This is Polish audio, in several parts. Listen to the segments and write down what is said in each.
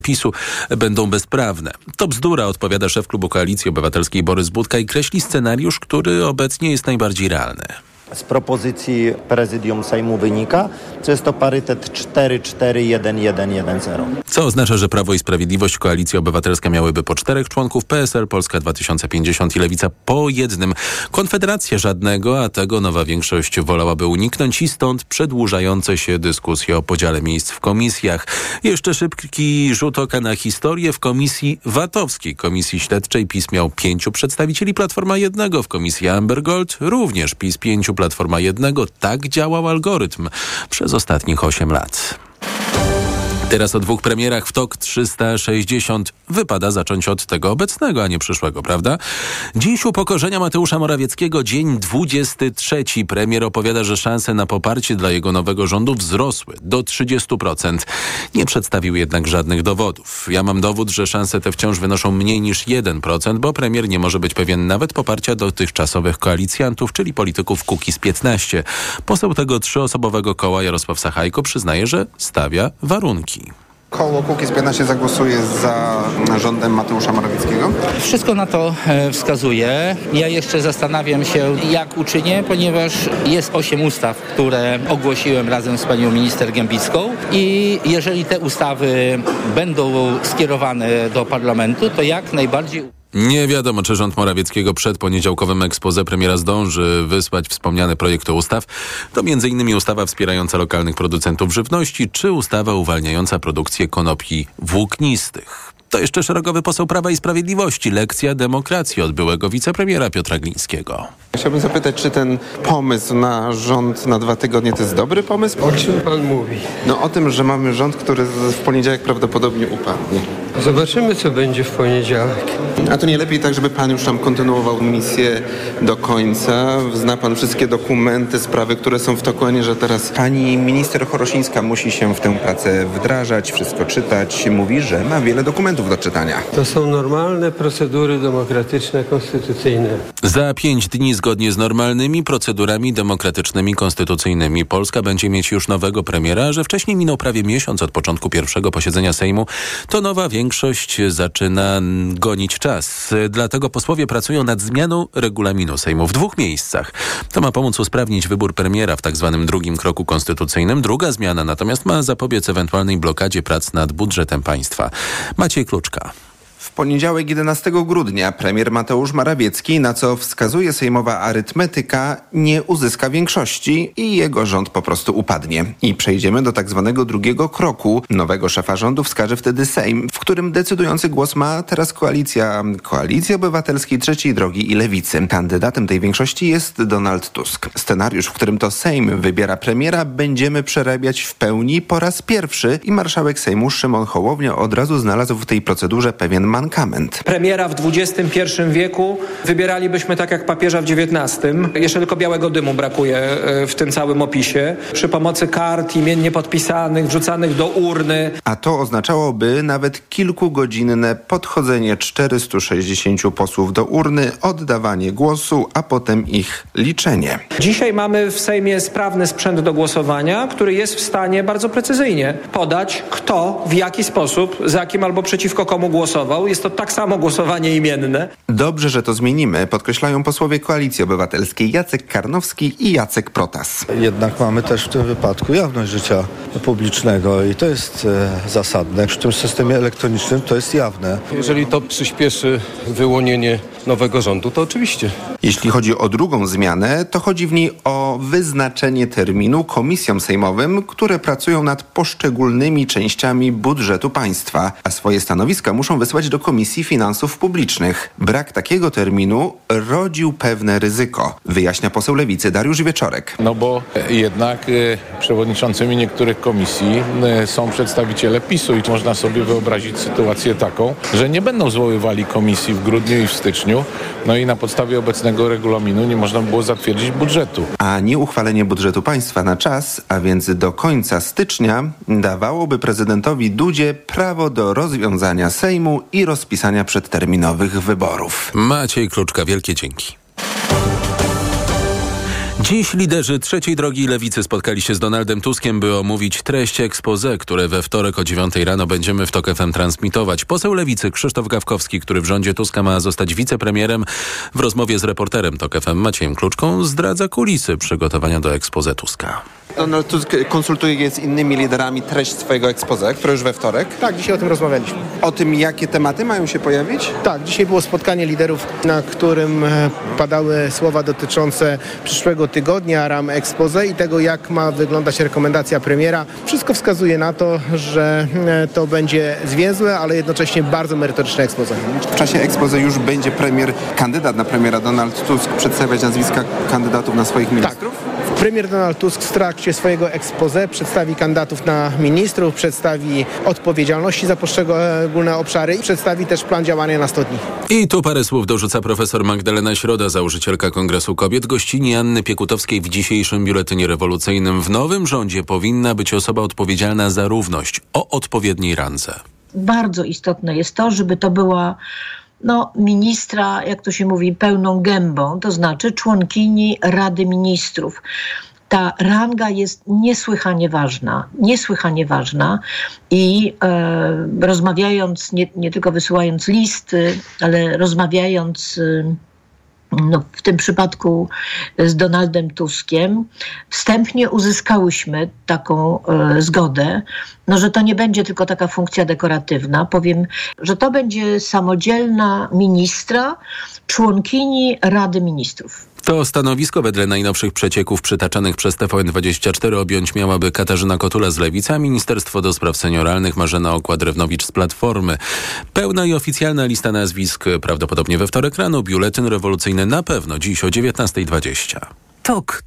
PiS-u będą bezprawne. To bzdura, odpowiada szef klubu Koalicji Obywatelskiej Borys Budka i kreśli scenariusz, który obecnie jest najbardziej realny. Z propozycji prezydium Sejmu wynika, że jest to parytet 4-4-1-1-1-0. Co oznacza, że Prawo i Sprawiedliwość, Koalicja Obywatelska miałyby po 4 członków, PSL, Polska 2050 i Lewica po 1. Konfederacja żadnego, a tego nowa większość wolałaby uniknąć i stąd przedłużające się dyskusje o podziale miejsc w komisjach. Jeszcze szybki rzut oka na historię. W komisji VAT-owskiej, komisji śledczej PiS miał 5 przedstawicieli, Platforma 1, w komisji Amber Gold również PiS 5, Platforma 1. Tak działał algorytm przez ostatnich 8 lat. Teraz o 2 premierach w TOK 360 wypada zacząć od tego obecnego, a nie przyszłego, prawda? Dziś upokorzenia Mateusza Morawieckiego, dzień 23. Premier opowiada, że szanse na poparcie dla jego nowego rządu wzrosły do 30%. Nie przedstawił jednak żadnych dowodów. Ja mam dowód, że szanse te wciąż wynoszą mniej niż 1%, bo premier nie może być pewien nawet poparcia dotychczasowych koalicjantów, czyli polityków Kukiz 15. Poseł tego 3-osobowego koła Jarosław Sachajko przyznaje, że stawia warunki. Koło Kukiz 15 zagłosuje za rządem Mateusza Morawieckiego? Wszystko na to wskazuje. Ja jeszcze zastanawiam się, jak uczynię, ponieważ jest 8 ustaw, które ogłosiłem razem z panią minister Gembicką i jeżeli te ustawy będą skierowane do parlamentu, to jak najbardziej... Nie wiadomo, czy rząd Morawieckiego przed poniedziałkowym exposé premiera zdąży wysłać wspomniane projekty ustaw. To m.in. ustawa wspierająca lokalnych producentów żywności, czy ustawa uwalniająca produkcję konopi włóknistych. To jeszcze szeregowy poseł Prawa i Sprawiedliwości. Lekcja demokracji od byłego wicepremiera Piotra Glińskiego. Chciałbym zapytać, czy ten pomysł na rząd na 2 tygodnie to jest dobry pomysł? O czym pan mówi? No o tym, że mamy rząd, który w poniedziałek prawdopodobnie upadnie. Zobaczymy, co będzie w poniedziałek. A to nie lepiej tak, żeby pan już tam kontynuował misję do końca? Zna pan wszystkie dokumenty, sprawy, które są w toku, a nie, że teraz pani minister Chorosińska musi się w tę pracę wdrażać, wszystko czytać. Mówi, że ma wiele dokumentów do czytania. To są normalne procedury demokratyczne, konstytucyjne. Za 5 dni zgodnie z normalnymi procedurami demokratycznymi, konstytucyjnymi Polska będzie mieć już nowego premiera, że wcześniej minął prawie miesiąc od początku pierwszego posiedzenia Sejmu, to nowa większość zaczyna gonić czas. Dlatego posłowie pracują nad zmianą regulaminu Sejmu w 2 miejscach. To ma pomóc usprawnić wybór premiera w tzw. drugim kroku konstytucyjnym. Druga zmiana natomiast ma zapobiec ewentualnej blokadzie prac nad budżetem państwa. Maciej Kluczka. W poniedziałek 11 grudnia premier Mateusz Morawiecki, na co wskazuje sejmowa arytmetyka, nie uzyska większości i jego rząd po prostu upadnie. I przejdziemy do tak zwanego drugiego kroku. Nowego szefa rządu wskaże wtedy Sejm, w którym decydujący głos ma teraz koalicja Koalicji Obywatelskiej, Trzeciej Drogi i Lewicy. Kandydatem tej większości jest Donald Tusk. Scenariusz, w którym to Sejm wybiera premiera, będziemy przerabiać w pełni po raz pierwszy i marszałek Sejmu Szymon Hołownia od razu znalazł w tej procedurze pewien mankament. Premiera w XXI wieku wybieralibyśmy tak jak papieża w XIX. Jeszcze tylko białego dymu brakuje w tym całym opisie. Przy pomocy kart imiennie podpisanych, wrzucanych do urny. A to oznaczałoby nawet kilkugodzinne podchodzenie 460 posłów do urny, oddawanie głosu, a potem ich liczenie. Dzisiaj mamy w Sejmie sprawny sprzęt do głosowania, który jest w stanie bardzo precyzyjnie podać, kto, w jaki sposób, za jakim albo przeciwko komu głosował. Jest to tak samo głosowanie imienne. Dobrze, że to zmienimy, podkreślają posłowie Koalicji Obywatelskiej Jacek Karnowski i Jacek Protas. Jednak mamy też w tym wypadku jawność życia publicznego i to jest zasadne. Przy tym systemie elektronicznym to jest jawne. Jeżeli to przyspieszy wyłonienie nowego rządu, to oczywiście. Jeśli chodzi o drugą zmianę, to chodzi w niej o wyznaczenie terminu komisjom sejmowym, które pracują nad poszczególnymi częściami budżetu państwa, a swoje stanowiska muszą wysłać do Komisji Finansów Publicznych. Brak takiego terminu rodził pewne ryzyko, wyjaśnia poseł Lewicy Dariusz Wieczorek. No bo jednak przewodniczącymi niektórych komisji są przedstawiciele PiS-u i można sobie wyobrazić sytuację taką, że nie będą zwoływali komisji w grudniu i w styczniu, no i na podstawie obecnego regulaminu nie można było zatwierdzić budżetu. A nieuchwalenie budżetu państwa na czas, a więc do końca stycznia, dawałoby prezydentowi Dudzie prawo do rozwiązania Sejmu i rozpisania przedterminowych wyborów. Maciej Kluczka, wielkie dzięki. Dziś liderzy trzeciej drogi lewicy spotkali się z Donaldem Tuskiem, by omówić treść exposé, które we wtorek o 9 rano będziemy w TOK FM transmitować. Poseł lewicy Krzysztof Gawkowski, który w rządzie Tuska ma zostać wicepremierem, w rozmowie z reporterem TOK FM Maciejem Kluczką zdradza kulisy przygotowania do exposé Tuska. Donald Tusk konsultuje z innymi liderami treść swojego exposé, które już we wtorek. Tak, dzisiaj o tym rozmawialiśmy. O tym, jakie tematy mają się pojawić? Tak, dzisiaj było spotkanie liderów, na którym padały słowa dotyczące przyszłego tygodnia, ram exposé i tego, jak ma wyglądać rekomendacja premiera. Wszystko wskazuje na to, że to będzie zwięzłe, ale jednocześnie bardzo merytoryczne exposé. W czasie exposé już będzie kandydat na premiera Donald Tusk przedstawiać nazwiska kandydatów na swoich ministrów? Tak. Premier Donald Tusk w trakcie swojego exposé przedstawi kandydatów na ministrów, przedstawi odpowiedzialności za poszczególne obszary i przedstawi też plan działania na 100 dni. I tu parę słów dorzuca profesor Magdalena Środa, założycielka Kongresu Kobiet. Gościni Anny Piekutowskiej w dzisiejszym biuletynie rewolucyjnym. W nowym rządzie powinna być osoba odpowiedzialna za równość o odpowiedniej randze. Bardzo istotne jest to, żeby to była ministra, jak to się mówi, pełną gębą, to znaczy członkini Rady Ministrów. Ta ranga jest niesłychanie ważna i rozmawiając, nie tylko wysyłając listy, ale rozmawiając w tym przypadku z Donaldem Tuskiem, wstępnie uzyskałyśmy taką zgodę, że to nie będzie tylko taka funkcja dekoratywna. Powiem, że to będzie samodzielna ministra, członkini Rady Ministrów. To stanowisko wedle najnowszych przecieków przytaczanych przez TVN24 objąć miałaby Katarzyna Kotula z Lewicy, a Ministerstwo do Spraw Senioralnych Marzena Okła-Drewnowicz z Platformy. Pełna i oficjalna lista nazwisk prawdopodobnie we wtorek rano, biuletyn rewolucyjny na pewno dziś o 19:20. TOK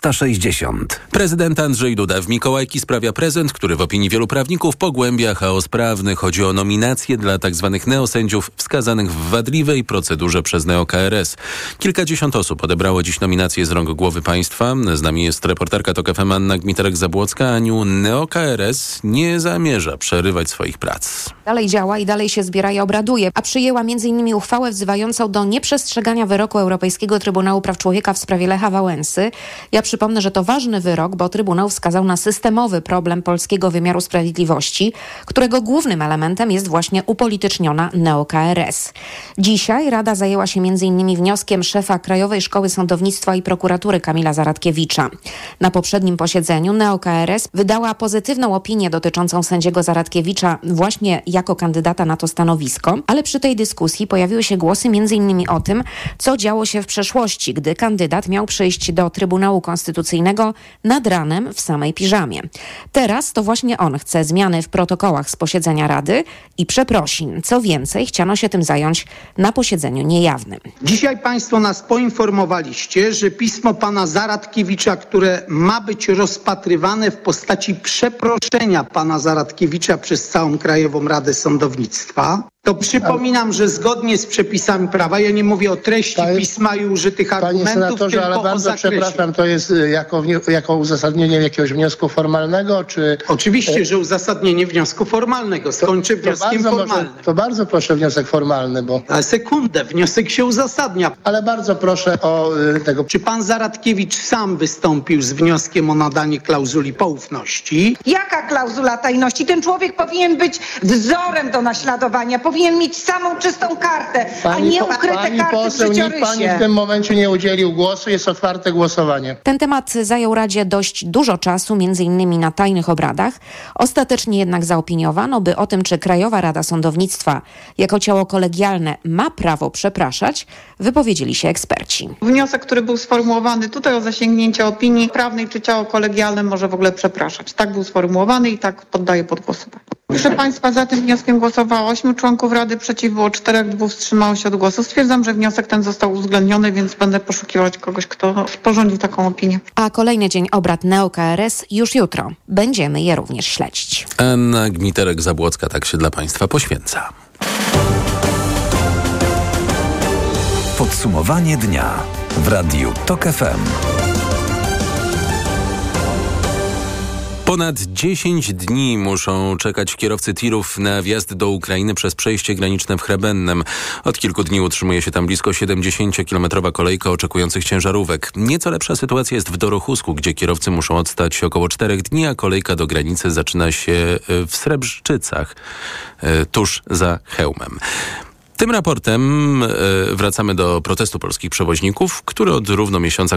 360. Prezydent Andrzej Duda w Mikołajki sprawia prezent, który w opinii wielu prawników pogłębia chaos prawny. Chodzi o nominacje dla tzw. neosędziów wskazanych w wadliwej procedurze przez neo-KRS. Kilkadziesiąt osób odebrało dziś nominacje z rąk głowy państwa. Z nami jest reporterka TOK FM Anna Gmiterek-Zabłocka. Aniu, neo-KRS nie zamierza przerywać swoich prac. Dalej działa i dalej się zbiera i obraduje, a przyjęła m.in. uchwałę wzywającą do nieprzestrzegania wyroku Europejskiego Trybunału Praw Człowieka w sprawie Lecha Wałęsy. Ja przypomnę, że to ważny wyrok, bo Trybunał wskazał na systemowy problem polskiego wymiaru sprawiedliwości, którego głównym elementem jest właśnie upolityczniona neo-KRS. Dzisiaj Rada zajęła się m.in. wnioskiem szefa Krajowej Szkoły Sądownictwa i Prokuratury Kamila Zaradkiewicza. Na poprzednim posiedzeniu neo-KRS wydała pozytywną opinię dotyczącą sędziego Zaradkiewicza właśnie jako kandydata na to stanowisko, ale przy tej dyskusji pojawiły się głosy m.in. o tym, co działo się w przeszłości, gdy kandydat miał przyjść do Trybunału Konstytucyjnego nad ranem w samej piżamie. Teraz to właśnie on chce zmiany w protokołach z posiedzenia Rady i przeprosin. Co więcej, chciano się tym zająć na posiedzeniu niejawnym. Dzisiaj Państwo nas poinformowaliście, że pismo pana Zaradkiewicza, które ma być rozpatrywane w postaci przeproszenia pana Zaradkiewicza przez całą Krajową Radę Sądownictwa, to przypominam, że zgodnie z przepisami prawa, ja nie mówię o treści pisma i użytych argumentów, Panie senatorze, tylko ale bardzo przepraszam, to jest jako uzasadnienie jakiegoś wniosku formalnego, czy... Oczywiście, że uzasadnienie wniosku formalnego. Skończę wnioskiem formalnym. To bardzo proszę wniosek formalny, bo... Ale sekundę, wniosek się uzasadnia. Ale bardzo proszę o tego... Czy pan Zaradkiewicz sam wystąpił z wnioskiem o nadanie klauzuli poufności? Jaka klauzula tajności? Ten człowiek powinien być wzorem do naśladowania. Powinien mieć samą czystą kartę, a nie ukryte karty w życiorysie. Nikt pani w tym momencie nie udzielił głosu, jest otwarte głosowanie. Ten temat zajął Radzie dość dużo czasu, m.in. na tajnych obradach. Ostatecznie jednak zaopiniowano, by o tym, czy Krajowa Rada Sądownictwa jako ciało kolegialne ma prawo przepraszać, wypowiedzieli się eksperci. Wniosek, który był sformułowany tutaj o zasięgnięcie opinii prawnej, czy ciało kolegialne może w ogóle przepraszać. Tak był sformułowany i tak poddaję pod głosowanie. Proszę Państwa, za tym wnioskiem głosowało 8 członków Rady, przeciw było 4, 2 wstrzymało się od głosu. Stwierdzam, że wniosek ten został uwzględniony, więc będę poszukiwać kogoś, kto sporządzi taką opinię. A kolejny dzień obrad neo-KRS już jutro. Będziemy je również śledzić. Anna Gmiterek-Zabłocka tak się dla Państwa poświęca. Podsumowanie dnia w Radiu TOK FM. Ponad 10 dni muszą czekać kierowcy tirów na wjazd do Ukrainy przez przejście graniczne w Hrebennem. Od kilku dni utrzymuje się tam blisko 70-kilometrowa kolejka oczekujących ciężarówek. Nieco lepsza sytuacja jest w Dorochusku, gdzie kierowcy muszą odstać około 4 dni, a kolejka do granicy zaczyna się w Srebrzycach, tuż za Chełmem. Tym raportem wracamy do protestu polskich przewoźników, którzy od równo miesiąca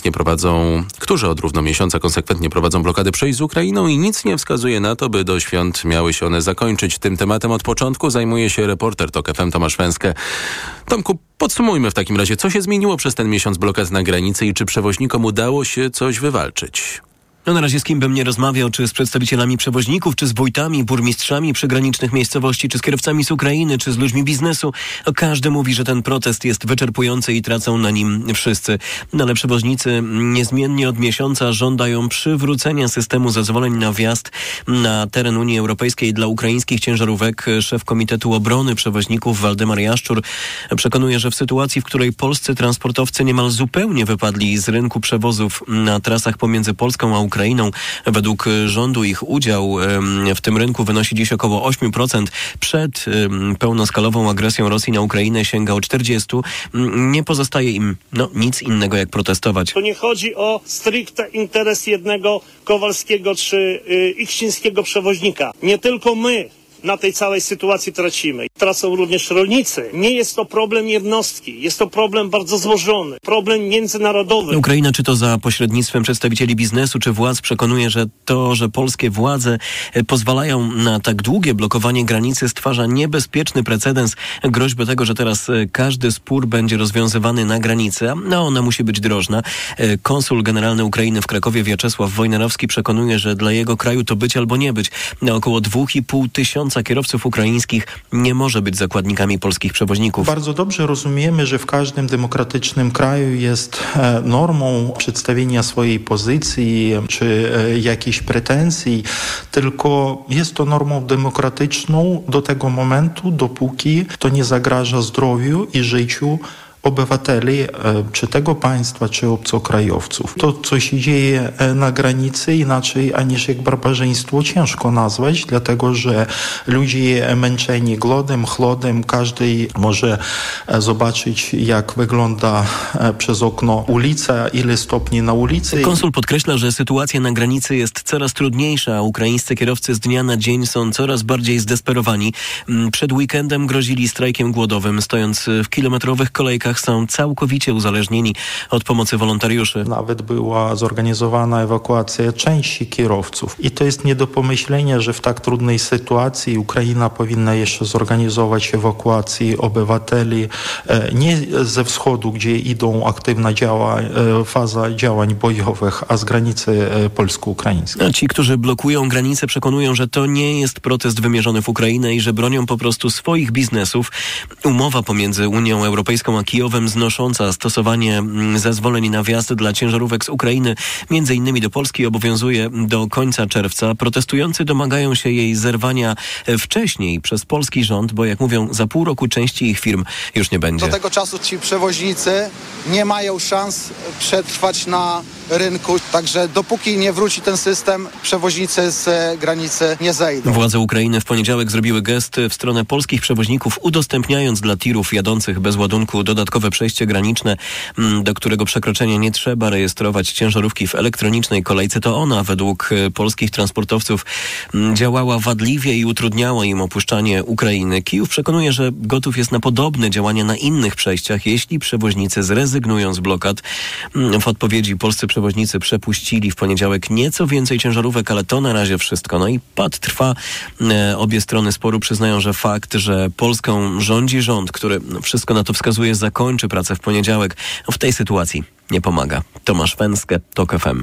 konsekwentnie prowadzą blokady przejść z Ukrainą i nic nie wskazuje na to, by do świąt miały się one zakończyć. Tym tematem od początku zajmuje się reporter TOK FM Tomasz Węskę. Tomku, podsumujmy w takim razie, co się zmieniło przez ten miesiąc blokad na granicy i czy przewoźnikom udało się coś wywalczyć? No na razie z kim bym nie rozmawiał, czy z przedstawicielami przewoźników, czy z wójtami, burmistrzami przygranicznych miejscowości, czy z kierowcami z Ukrainy, czy z ludźmi biznesu. Każdy mówi, że ten protest jest wyczerpujący i tracą na nim wszyscy. No ale przewoźnicy niezmiennie od miesiąca żądają przywrócenia systemu zezwoleń na wjazd na teren Unii Europejskiej dla ukraińskich ciężarówek. Szef Komitetu Obrony Przewoźników Waldemar Jaszczur przekonuje, że w sytuacji, w której polscy transportowcy niemal zupełnie wypadli z rynku przewozów na trasach pomiędzy Polską a Ukrainą. Według rządu ich udział w tym rynku wynosi dziś około 8%. Przed pełnoskalową agresją Rosji na Ukrainę sięgał 40%. Nie pozostaje im nic innego jak protestować. To nie chodzi o stricte interes jednego Kowalskiego czy ichcińskiego przewoźnika. Nie tylko my na tej całej sytuacji tracimy. Tracą również rolnicy. Nie jest to problem jednostki. Jest to problem bardzo złożony. Problem międzynarodowy. Ukraina, czy to za pośrednictwem przedstawicieli biznesu, czy władz, przekonuje, że to, że polskie władze pozwalają na tak długie blokowanie granicy, stwarza niebezpieczny precedens. Groźby tego, że teraz każdy spór będzie rozwiązywany na granicy, a ona musi być drożna. Konsul generalny Ukrainy w Krakowie Wiaczesław Wojnarowski przekonuje, że dla jego kraju to być albo nie być. Na około 2,5 tysiąca kierowców ukraińskich nie może być zakładnikami polskich przewoźników. Bardzo dobrze rozumiemy, że w każdym demokratycznym kraju jest normą przedstawienia swojej pozycji czy jakichś pretensji, tylko jest to normą demokratyczną do tego momentu, dopóki to nie zagraża zdrowiu i życiu obywateli, czy tego państwa, czy obcokrajowców. To, co się dzieje na granicy, inaczej aniż jak barbarzyństwo ciężko nazwać, dlatego że ludzie męczeni głodem, chłodem, każdy może zobaczyć, jak wygląda przez okno ulica, ile stopni na ulicy. Konsul podkreśla, że sytuacja na granicy jest coraz trudniejsza, a ukraińscy kierowcy z dnia na dzień są coraz bardziej zdesperowani. Przed weekendem grozili strajkiem głodowym, stojąc w kilometrowych kolejkach są całkowicie uzależnieni od pomocy wolontariuszy. Nawet była zorganizowana ewakuacja części kierowców. I to jest nie do pomyślenia, że w tak trudnej sytuacji Ukraina powinna jeszcze zorganizować ewakuację obywateli nie ze wschodu, gdzie idą aktywna faza działań bojowych, a z granicy polsko-ukraińskiej. A ci, którzy blokują granicę, przekonują, że to nie jest protest wymierzony w Ukrainę i że bronią po prostu swoich biznesów. Umowa pomiędzy Unią Europejską a Kijowem znosząca stosowanie zezwoleń na wjazd dla ciężarówek z Ukrainy, między innymi do Polski, obowiązuje do końca czerwca. Protestujący domagają się jej zerwania wcześniej przez polski rząd, bo jak mówią, za pół roku części ich firm już nie będzie. Do tego czasu ci przewoźnicy nie mają szans przetrwać na rynku, także dopóki nie wróci ten system, przewoźnicy z granicy nie zejdą. Władze Ukrainy w poniedziałek zrobiły gest w stronę polskich przewoźników, udostępniając dla tirów jadących bez ładunku dodatkowe przejście graniczne, do którego przekroczenia nie trzeba rejestrować ciężarówki w elektronicznej kolejce. To ona według polskich transportowców działała wadliwie i utrudniała im opuszczanie Ukrainy. Kijów przekonuje, że gotów jest na podobne działania na innych przejściach, jeśli przewoźnicy zrezygnują z blokad. W odpowiedzi polscy przewoźnicy przepuścili w poniedziałek nieco więcej ciężarówek, ale to na razie wszystko. No i pad trwa. Obie strony sporu przyznają, że fakt, że Polską rządzi rząd, który wszystko na to wskazuje, zakończy pracę w poniedziałek, w tej sytuacji nie pomaga. Tomasz Węskę, TOK FM.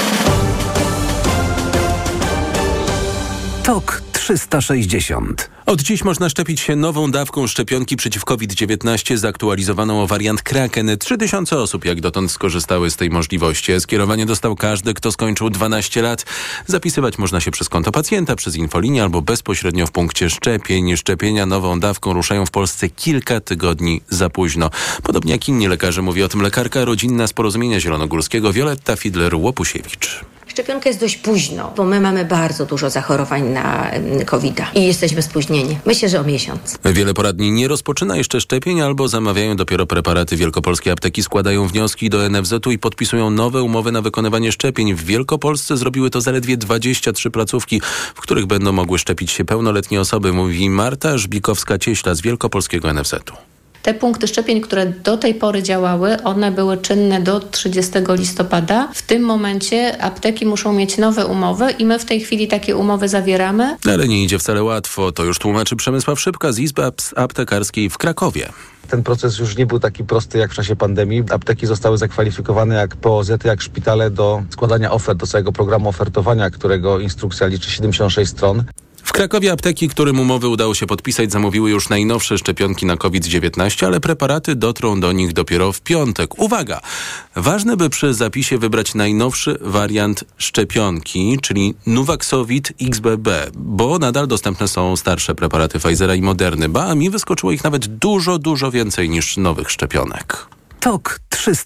TOK 360. Od dziś można szczepić się nową dawką szczepionki przeciw COVID-19 zaktualizowaną o wariant Kraken. 3000 osób jak dotąd skorzystały z tej możliwości. Skierowanie dostał każdy, kto skończył 12 lat. Zapisywać można się przez konto pacjenta, przez infolinię albo bezpośrednio w punkcie szczepień. Szczepienia nową dawką ruszają w Polsce kilka tygodni za późno. Podobnie jak inni lekarze, mówi o tym lekarka rodzinna z Porozumienia Zielonogórskiego Wioletta Fidler-Łopusiewicz. Szczepionka jest dość późno, bo my mamy bardzo dużo zachorowań na COVID-a i jesteśmy spóźnieni. Myślę, że o miesiąc. Wiele poradni nie rozpoczyna jeszcze szczepień albo zamawiają dopiero preparaty. Wielkopolskie apteki składają wnioski do NFZ-u i podpisują nowe umowy na wykonywanie szczepień. W Wielkopolsce zrobiły to zaledwie 23 placówki, w których będą mogły szczepić się pełnoletnie osoby, mówi Marta Żbikowska-Cieśla z Wielkopolskiego NFZ-u. Te punkty szczepień, które do tej pory działały, one były czynne do 30 listopada. W tym momencie apteki muszą mieć nowe umowy i my w tej chwili takie umowy zawieramy. Ale nie idzie wcale łatwo. To już tłumaczy Przemysław Szybka z Izby Aptekarskiej w Krakowie. Ten proces już nie był taki prosty jak w czasie pandemii. Apteki zostały zakwalifikowane jak POZ, jak szpitale do składania ofert, do całego programu ofertowania, którego instrukcja liczy 76 stron. W Krakowie apteki, którym umowy udało się podpisać, zamówiły już najnowsze szczepionki na COVID-19, ale preparaty dotrą do nich dopiero w piątek. Uwaga! Ważne, by przy zapisie wybrać najnowszy wariant szczepionki, czyli Nuvaxovid XBB, bo nadal dostępne są starsze preparaty Pfizera i Moderny, a mi wyskoczyło ich nawet dużo więcej niż nowych szczepionek. TOK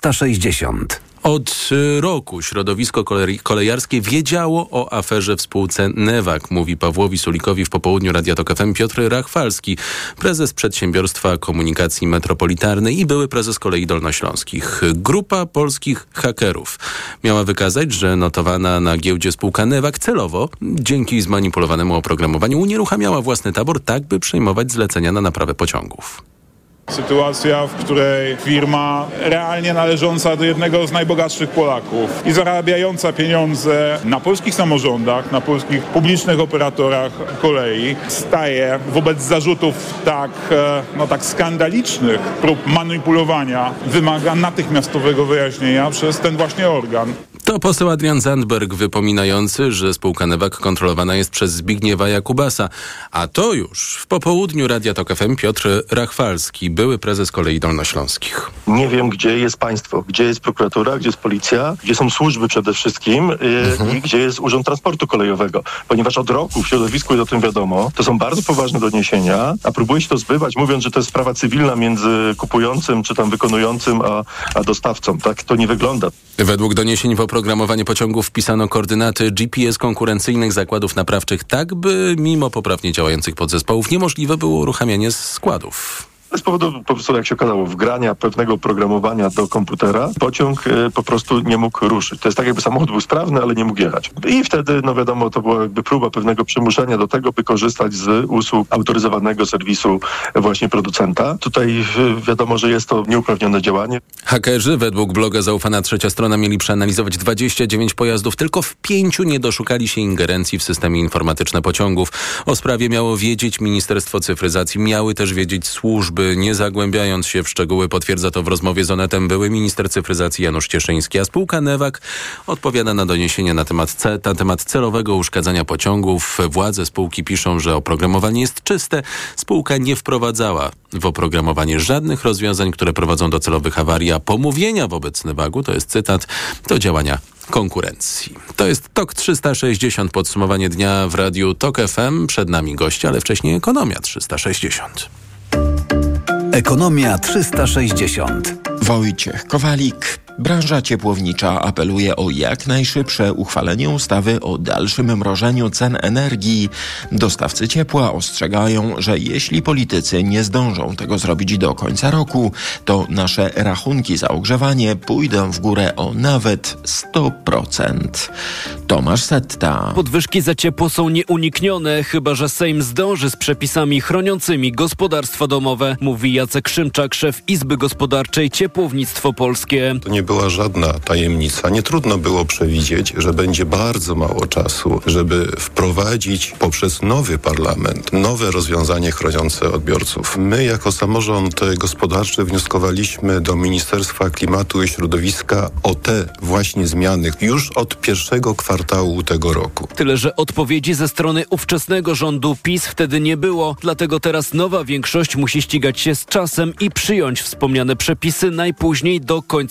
360. Od roku środowisko kolejarskie wiedziało o aferze w spółce Newag, mówi Pawłowi Sulikowi w popołudniu Radia Tok FM Piotr Rachwalski, prezes Przedsiębiorstwa Komunikacji Metropolitarnej i były prezes Kolei Dolnośląskich. Grupa polskich hakerów miała wykazać, że notowana na giełdzie spółka Newag celowo, dzięki zmanipulowanemu oprogramowaniu, unieruchamiała własny tabor, tak by przejmować zlecenia na naprawę pociągów. Sytuacja, w której firma realnie należąca do jednego z najbogatszych Polaków i zarabiająca pieniądze na polskich samorządach, na polskich publicznych operatorach kolei, staje wobec zarzutów tak skandalicznych prób manipulowania, wymaga natychmiastowego wyjaśnienia przez ten właśnie organ. To poseł Adrian Zandberg wypominający, że spółka Newag kontrolowana jest przez Zbigniewa Jakubasa. A to już w popołudniu Radia Tok FM Piotr Rachwalski, były prezes Kolei Dolnośląskich. Nie wiem, gdzie jest państwo, gdzie jest prokuratura, gdzie jest policja, gdzie są służby przede wszystkim i gdzie jest Urząd Transportu Kolejowego. Ponieważ od roku w środowisku jest o tym wiadomo, to są bardzo poważne doniesienia, a próbuje się to zbywać, mówiąc, że to jest sprawa cywilna między kupującym czy tam wykonującym a dostawcą. Tak to nie wygląda. Według doniesień w oprogramowanie pociągów wpisano koordynaty GPS konkurencyjnych zakładów naprawczych, tak by mimo poprawnie działających podzespołów niemożliwe było uruchamianie składów. Z powodu po prostu, jak się okazało, wgrania pewnego oprogramowania do komputera pociąg po prostu nie mógł ruszyć. To jest tak, jakby samochód był sprawny, ale nie mógł jechać. I wtedy, wiadomo, to była jakby próba pewnego przymuszenia do tego, by korzystać z usług autoryzowanego serwisu właśnie producenta. Tutaj wiadomo, że jest to nieuprawnione działanie. Hakerzy według bloga Zaufana Trzecia Strona mieli przeanalizować 29 pojazdów. Tylko w 5 nie doszukali się ingerencji w systemy informatyczne pociągów. O sprawie miało wiedzieć Ministerstwo Cyfryzacji, miały też wiedzieć służby. Nie zagłębiając się w szczegóły, potwierdza to w rozmowie z Onetem były minister cyfryzacji Janusz Cieszyński, a spółka Newag odpowiada na doniesienia na temat celowego uszkadzania pociągów. Władze spółki piszą, że oprogramowanie jest czyste. Spółka nie wprowadzała w oprogramowanie żadnych rozwiązań, które prowadzą do celowych awarii, a pomówienia wobec Newagu, to jest cytat, to działania konkurencji. To jest TOK 360, podsumowanie dnia w Radiu TOK FM. Przed nami goście, ale wcześniej Ekonomia 360. Ekonomia 360. Wojciech Kowalik. Branża ciepłownicza apeluje o jak najszybsze uchwalenie ustawy o dalszym mrożeniu cen energii. Dostawcy ciepła ostrzegają, że jeśli politycy nie zdążą tego zrobić do końca roku, to nasze rachunki za ogrzewanie pójdą w górę o nawet 100%. Tomasz Setta. Podwyżki za ciepło są nieuniknione, chyba że Sejm zdąży z przepisami chroniącymi gospodarstwa domowe, mówi Jacek Szymczak, szef Izby Gospodarczej Ciepłownictwo Polskie. To nie była żadna tajemnica. Nie trudno było przewidzieć, że będzie bardzo mało czasu, żeby wprowadzić poprzez nowy parlament nowe rozwiązanie chroniące odbiorców. My jako samorząd gospodarczy wnioskowaliśmy do Ministerstwa Klimatu i Środowiska o te właśnie zmiany już od pierwszego kwartału tego roku. Tyle, że odpowiedzi ze strony ówczesnego rządu PiS wtedy nie było, dlatego teraz nowa większość musi ścigać się z czasem i przyjąć wspomniane przepisy najpóźniej do końca roku.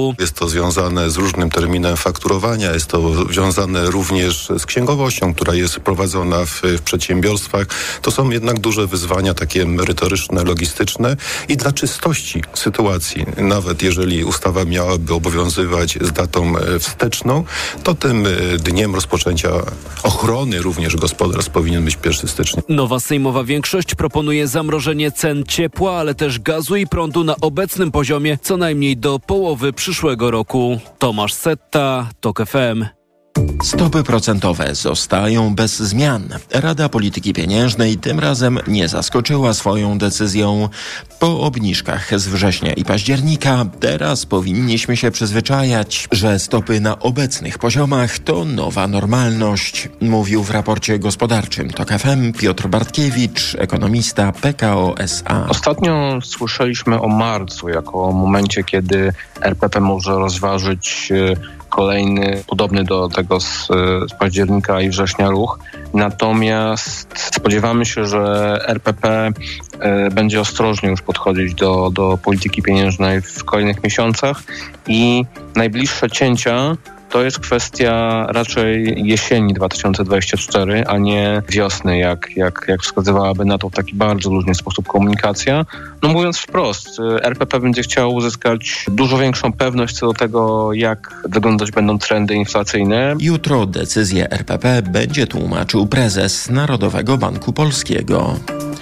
roku. Jest to związane z różnym terminem fakturowania, jest to związane również z księgowością, która jest prowadzona w przedsiębiorstwach. To są jednak duże wyzwania, takie merytoryczne, logistyczne i dla czystości sytuacji, nawet jeżeli ustawa miałaby obowiązywać z datą wsteczną, to tym dniem rozpoczęcia ochrony również gospodarstw powinien być 1 stycznia. Nowa sejmowa większość proponuje zamrożenie cen ciepła, ale też gazu i prądu na obecnym poziomie co najmniej do połowy przyszłego roku. Tomasz Setta, TOK FM. Stopy procentowe zostają bez zmian. Rada Polityki Pieniężnej tym razem nie zaskoczyła swoją decyzją. Po obniżkach z września i października teraz powinniśmy się przyzwyczajać, że stopy na obecnych poziomach to nowa normalność, mówił w raporcie gospodarczym TOK FM Piotr Bartkiewicz, ekonomista PKO SA. Ostatnio słyszeliśmy o marcu jako o momencie, kiedy RPP może rozważyć kolejny, podobny do tego z października i września ruch. Natomiast spodziewamy się, że RPP będzie ostrożnie już podchodzić do polityki pieniężnej w kolejnych miesiącach i najbliższe cięcia to jest kwestia raczej jesieni 2024, a nie wiosny, jak wskazywałaby na to w taki bardzo luźny sposób komunikacja. No mówiąc wprost, RPP będzie chciał uzyskać dużo większą pewność co do tego, jak wyglądać będą trendy inflacyjne. Jutro decyzję RPP będzie tłumaczył prezes Narodowego Banku Polskiego.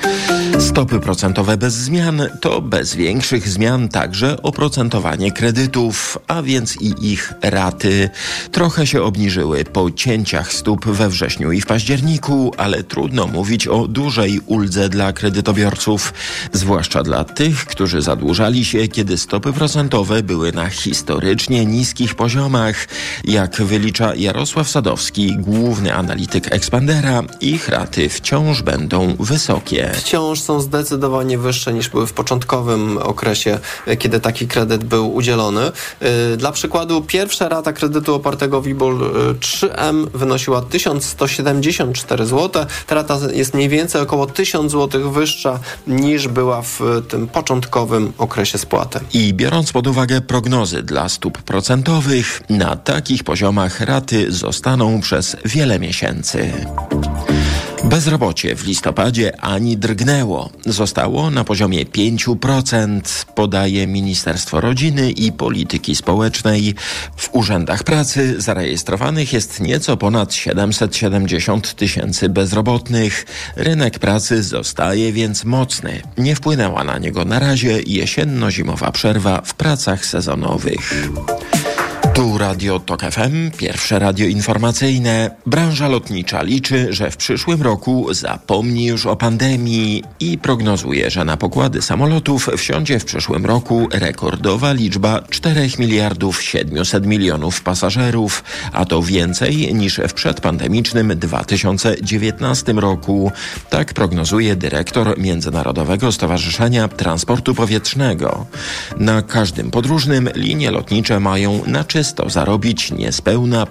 Stopy procentowe bez zmian to bez większych zmian także oprocentowanie kredytów, a więc i ich raty. Trochę się obniżyły po cięciach stóp we wrześniu i w październiku, ale trudno mówić o dużej uldze dla kredytobiorców, zwłaszcza dla tych, którzy zadłużali się, kiedy stopy procentowe były na historycznie niskich poziomach. Jak wylicza Jarosław Sadowski, główny analityk Expandera, ich raty wciąż będą wysokie. Wciąż są zdecydowanie wyższe niż były w początkowym okresie, kiedy taki kredyt był udzielony. Dla przykładu pierwsza rata kredytu opartego WIBOR 3M wynosiła 1174 zł. Ta rata jest mniej więcej około 1000 zł wyższa niż była w tym początkowym okresie spłaty. I biorąc pod uwagę prognozy dla stóp procentowych, na takich poziomach raty zostaną przez wiele miesięcy. Bezrobocie w listopadzie ani drgnęło. Zostało na poziomie 5%, podaje Ministerstwo Rodziny i Polityki Społecznej. W urzędach pracy zarejestrowanych jest nieco ponad 770 000 bezrobotnych. Rynek pracy zostaje więc mocny. Nie wpłynęła na niego na razie jesienno-zimowa przerwa w pracach sezonowych. Tu Radio TOK FM, pierwsze radio informacyjne. Branża lotnicza liczy, że w przyszłym roku zapomni już o pandemii i prognozuje, że na pokłady samolotów wsiądzie w przyszłym roku rekordowa liczba 4 700 000 000 pasażerów, a to więcej niż w przedpandemicznym 2019 roku. Tak prognozuje dyrektor Międzynarodowego Stowarzyszenia Transportu Powietrznego. Na każdym podróżnym linie lotnicze mają na czysto zarobić niespełna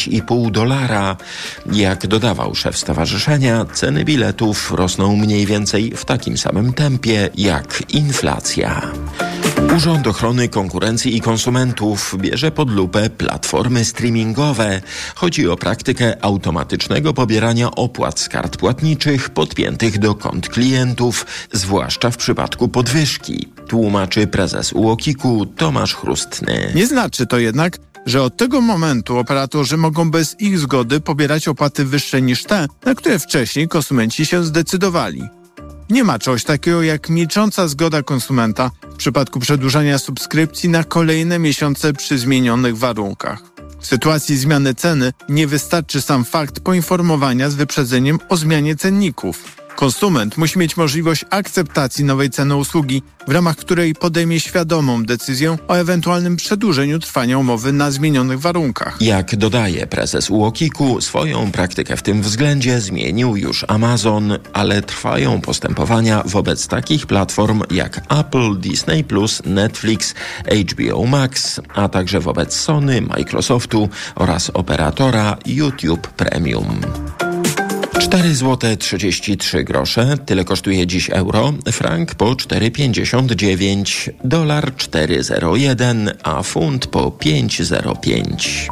$5,5. Jak dodawał szef stowarzyszenia, ceny biletów rosną mniej więcej w takim samym tempie jak inflacja. Urząd Ochrony Konkurencji i Konsumentów bierze pod lupę platformy streamingowe. Chodzi o praktykę automatycznego pobierania opłat z kart płatniczych podpiętych do kont klientów, zwłaszcza w przypadku podwyżki, tłumaczy prezes UOKiK-u Tomasz Chrustny. Nie znaczy to jednak, że od tego momentu operatorzy mogą bez ich zgody pobierać opłaty wyższe niż te, na które wcześniej konsumenci się zdecydowali. Nie ma czegoś takiego jak milcząca zgoda konsumenta w przypadku przedłużania subskrypcji na kolejne miesiące przy zmienionych warunkach. W sytuacji zmiany ceny nie wystarczy sam fakt poinformowania z wyprzedzeniem o zmianie cenników. Konsument musi mieć możliwość akceptacji nowej ceny usługi, w ramach której podejmie świadomą decyzję o ewentualnym przedłużeniu trwania umowy na zmienionych warunkach. Jak dodaje prezes UOKiK-u, swoją praktykę w tym względzie zmienił już Amazon, ale trwają postępowania wobec takich platform jak Apple, Disney+, Netflix, HBO Max, a także wobec Sony, Microsoftu oraz operatora YouTube Premium. 4,33 zł. Tyle kosztuje dziś euro. Frank po 4,59. Dolar 4,01, a funt po 5,05.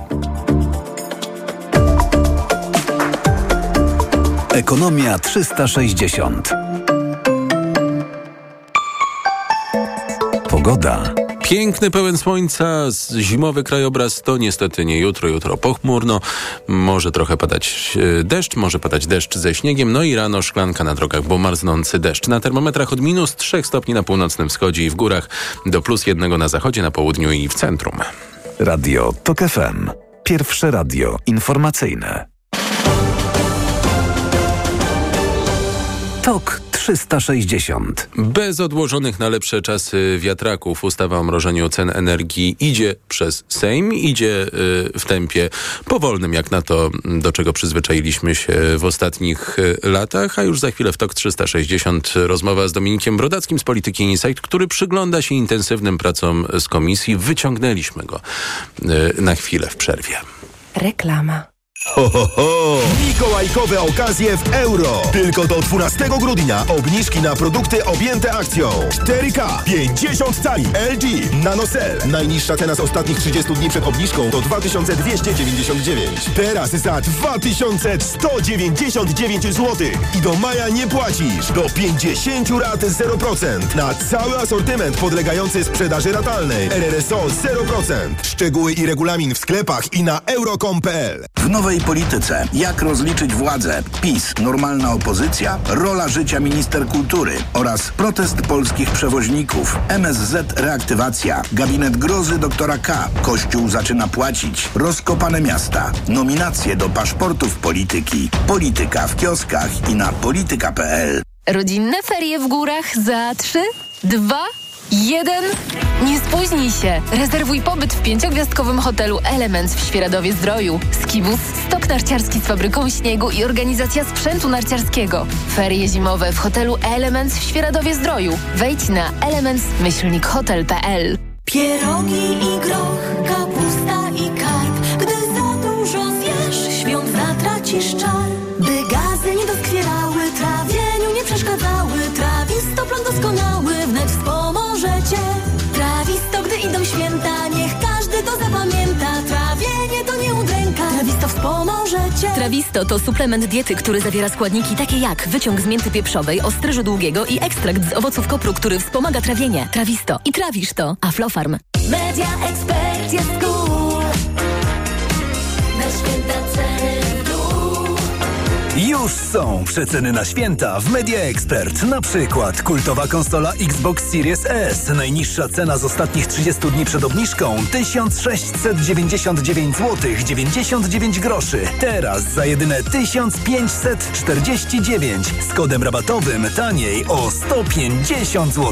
Ekonomia 360. Pogoda. Piękny, pełen słońca, zimowy krajobraz to niestety nie jutro. Jutro pochmurno, może trochę padać deszcz, może padać deszcz ze śniegiem, no i rano szklanka na drogach, bo marznący deszcz. Na termometrach od -3 stopni na północnym wschodzie i w górach do +1 na zachodzie, na południu i w centrum. Radio TOK FM. Pierwsze radio informacyjne. TOK 360. Bez odłożonych na lepsze czasy wiatraków ustawa o mrożeniu cen energii idzie przez Sejm, idzie w tempie powolnym, jak na to, do czego przyzwyczailiśmy się w ostatnich latach, a już za chwilę w TOK 360 rozmowa z Dominikiem Brodackim z Polityki Insight, który przygląda się intensywnym pracom z komisji. Wyciągnęliśmy go na chwilę w przerwie. Reklama. Ho, ho, ho! Mikołajkowe okazje w euro. Tylko do 12 grudnia obniżki na produkty objęte akcją. 4K, 50 cali, LG, NanoCell. Najniższa cena z ostatnich 30 dni przed obniżką to 2299. Teraz za 2199 zł. I do maja nie płacisz. Do 50 rat 0%. Na cały asortyment podlegający sprzedaży ratalnej. RRSO 0%. Szczegóły i regulamin w sklepach i na euro.com.pl. W nowej polityce. Jak rozliczyć władzę? PiS, normalna opozycja, rola życia minister kultury oraz protest polskich przewoźników. MSZ reaktywacja. Gabinet grozy doktora K. Kościół zaczyna płacić. Rozkopane miasta. Nominacje do paszportów polityki. Polityka w kioskach i na polityka.pl. Rodzinne ferie w górach za 3, 2, 1. Nie spóźnij się. Rezerwuj pobyt w 5-gwiazdkowym hotelu Elements w Świeradowie-Zdroju. Skibus, stok narciarski z fabryką śniegu i organizacja sprzętu narciarskiego. Ferie zimowe w hotelu Elements w Świeradowie-Zdroju. Wejdź na elements-hotel.pl. Pierogi i groch, kapusta i karp. Gdy za dużo zjesz, świąt zatracisz czar. By gazy nie doskwierały, trawieniu nie przeszkadzały. Trawisto plan doskonały wnet wspomoże cię. Trawisto, gdy idą święta, niech każdy to zapamięta. Trawienie to nie udręka, Trawisto wspomoże cię. Trawisto to suplement diety, który zawiera składniki takie jak wyciąg z mięty pieprzowej, ostryżu długiego i ekstrakt z owoców kopru, który wspomaga trawienie. Trawisto. I trawisz to. Aflofarm. Media Expert jest cool. Na święta ceny w dół. Już są przeceny na święta w Media Expert. Na przykład kultowa konsola Xbox Series S. Najniższa cena z ostatnich 30 dni przed obniżką 1699 zł 99 groszy. Teraz za jedyne 1549 z kodem rabatowym taniej o 150 zł.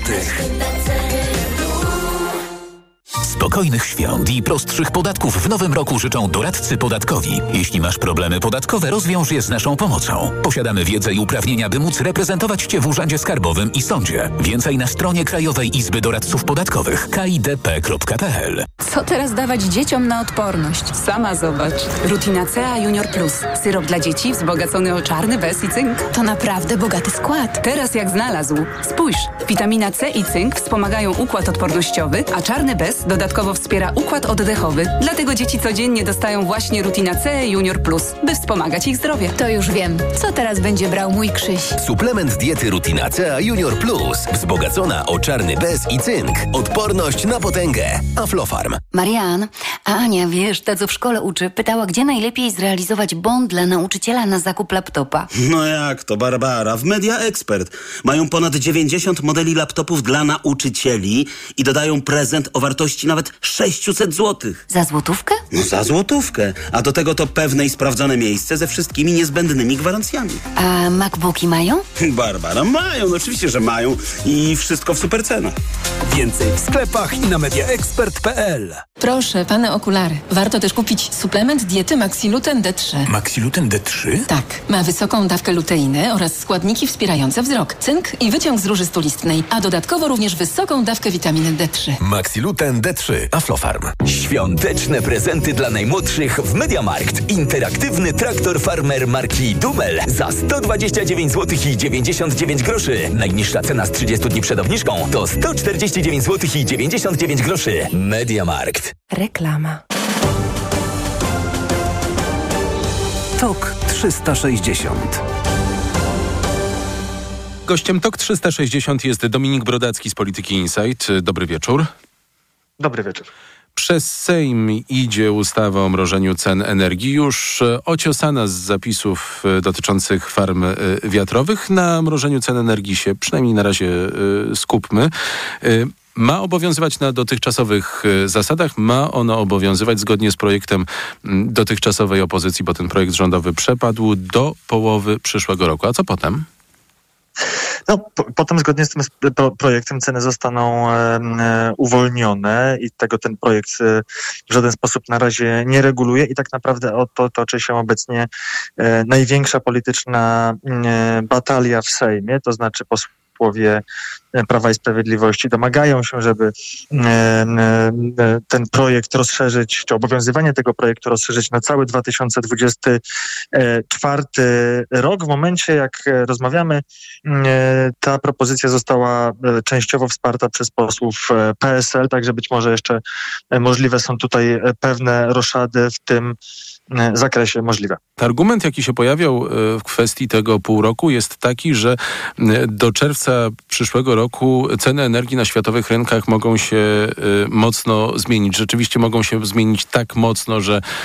Spokojnych świąt i prostszych podatków w nowym roku życzą doradcy podatkowi. Jeśli masz problemy podatkowe, rozwiąż je z naszą pomocą. Posiadamy wiedzę i uprawnienia, by móc reprezentować Cię w Urzędzie Skarbowym i Sądzie. Więcej na stronie Krajowej Izby Doradców Podatkowych kidp.pl. Co teraz dawać dzieciom na odporność? Sama zobacz. Rutinacea Junior Plus. Syrop dla dzieci wzbogacony o czarny bez i cynk. To naprawdę bogaty skład. Teraz jak znalazł. Spójrz, witamina C i cynk wspomagają układ odpornościowy, a czarny bez dodatkowo wspiera układ oddechowy. Dlatego dzieci codziennie dostają właśnie Rutinacea Junior Plus, by wspomagać ich zdrowie. To już wiem. Co teraz będzie brał mój Krzyś? Suplement diety Rutinacea Junior Plus. Wzbogacona o czarny bez i cynk. Odporność na potęgę. Aflofarm. Marian, a Ania, wiesz, ta co w szkole uczy, pytała, gdzie najlepiej zrealizować bon dla nauczyciela na zakup laptopa. No jak to, Barbara? W Media Expert mają ponad 90 modeli laptopów dla nauczycieli i dodają prezent o wartości nawet 600 zł. Za złotówkę? No za złotówkę. A do tego to pewne i sprawdzone miejsce ze wszystkimi niezbędnymi gwarancjami. A MacBooki mają? Barbara, mają, no oczywiście, że mają i wszystko w super cenach. Więcej w sklepach i na mediaexpert.pl. Proszę, pane okulary. Warto też kupić suplement diety Maxiluten D3. Maxiluten D3? Tak. Ma wysoką dawkę luteiny oraz składniki wspierające wzrok, cynk i wyciąg z róży stulistnej, a dodatkowo również wysoką dawkę witaminy D3. Maxiluten D3. Aflofarm. Świąteczne prezenty dla najmłodszych w MediaMarkt. Interaktywny traktor farmer marki Dummel za 129 zł i 99 groszy. Najniższa cena z 30 dni przed obniżką to 149 zł i 99 groszy. MediaMarkt. Reklama. TOK 360. Gościem TOK 360 jest Dominik Brodacki z Polityki Insight. Dobry wieczór. Dobry wieczór. Przez Sejm idzie ustawa o mrożeniu cen energii, już ociosana z zapisów dotyczących farm wiatrowych. Na mrożeniu cen energii się przynajmniej na razie skupmy. Ma obowiązywać na dotychczasowych zasadach, ma ono obowiązywać zgodnie z projektem dotychczasowej opozycji, bo ten projekt rządowy przepadł do połowy przyszłego roku. A co potem? No, potem zgodnie z tym projektem ceny zostaną uwolnione i tego ten projekt w żaden sposób na razie nie reguluje i tak naprawdę o to toczy się obecnie największa polityczna batalia w Sejmie, to znaczy posłowie Prawa i Sprawiedliwości domagają się, żeby ten projekt rozszerzyć, czy obowiązywanie tego projektu rozszerzyć na cały 2024 rok. W momencie, jak rozmawiamy, ta propozycja została częściowo wsparta przez posłów PSL, także być może jeszcze możliwe są tutaj pewne roszady w tym zakresie możliwe. Argument, jaki się pojawiał w kwestii tego pół roku, jest taki, że do czerwca przyszłego roku ceny energii na światowych rynkach mogą się mocno zmienić. Rzeczywiście mogą się zmienić tak mocno,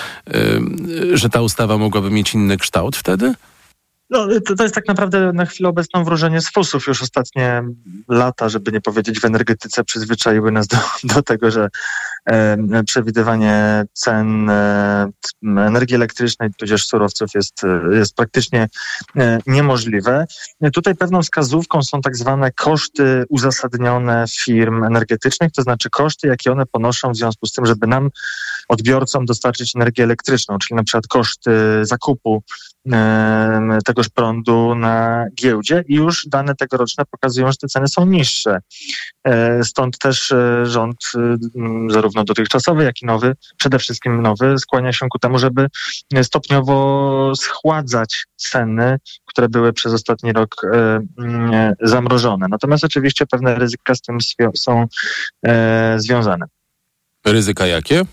że ta ustawa mogłaby mieć inny kształt wtedy? No, to jest tak naprawdę na chwilę obecną wróżenie z fusów. Już ostatnie lata, żeby nie powiedzieć w energetyce, przyzwyczaiły nas do tego, że przewidywanie cen energii elektrycznej, tudzież surowców jest praktycznie niemożliwe. Tutaj pewną wskazówką są tak zwane koszty uzasadnione firm energetycznych, to znaczy koszty, jakie one ponoszą w związku z tym, żeby nam, odbiorcom, dostarczyć energię elektryczną, czyli na przykład koszty zakupu tegoż prądu na giełdzie i już dane tegoroczne pokazują, że te ceny są niższe. Stąd też rząd, zarówno dotychczasowy, jak i nowy, przede wszystkim nowy, skłania się ku temu, żeby stopniowo schładzać ceny, które były przez ostatni rok zamrożone. Natomiast oczywiście pewne ryzyka z tym są związane. Ryzyka jakie?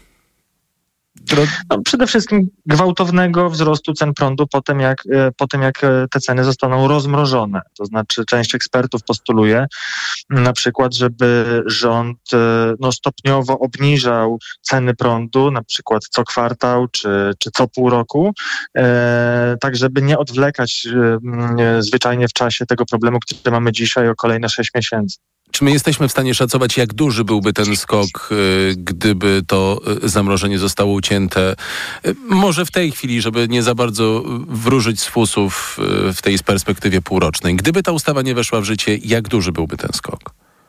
No, przede wszystkim gwałtownego wzrostu cen prądu po tym, jak te ceny zostaną rozmrożone. To znaczy część ekspertów postuluje na przykład, żeby rząd stopniowo obniżał ceny prądu, na przykład co kwartał czy co pół roku, tak żeby nie odwlekać zwyczajnie w czasie tego problemu, który mamy dzisiaj, o kolejne 6 miesięcy. Czy my jesteśmy w stanie szacować, jak duży byłby ten skok, gdyby to zamrożenie zostało ucięte? Może w tej chwili, żeby nie za bardzo wróżyć z fusów w tej perspektywie półrocznej. Gdyby ta ustawa nie weszła w życie, jak duży byłby ten skok?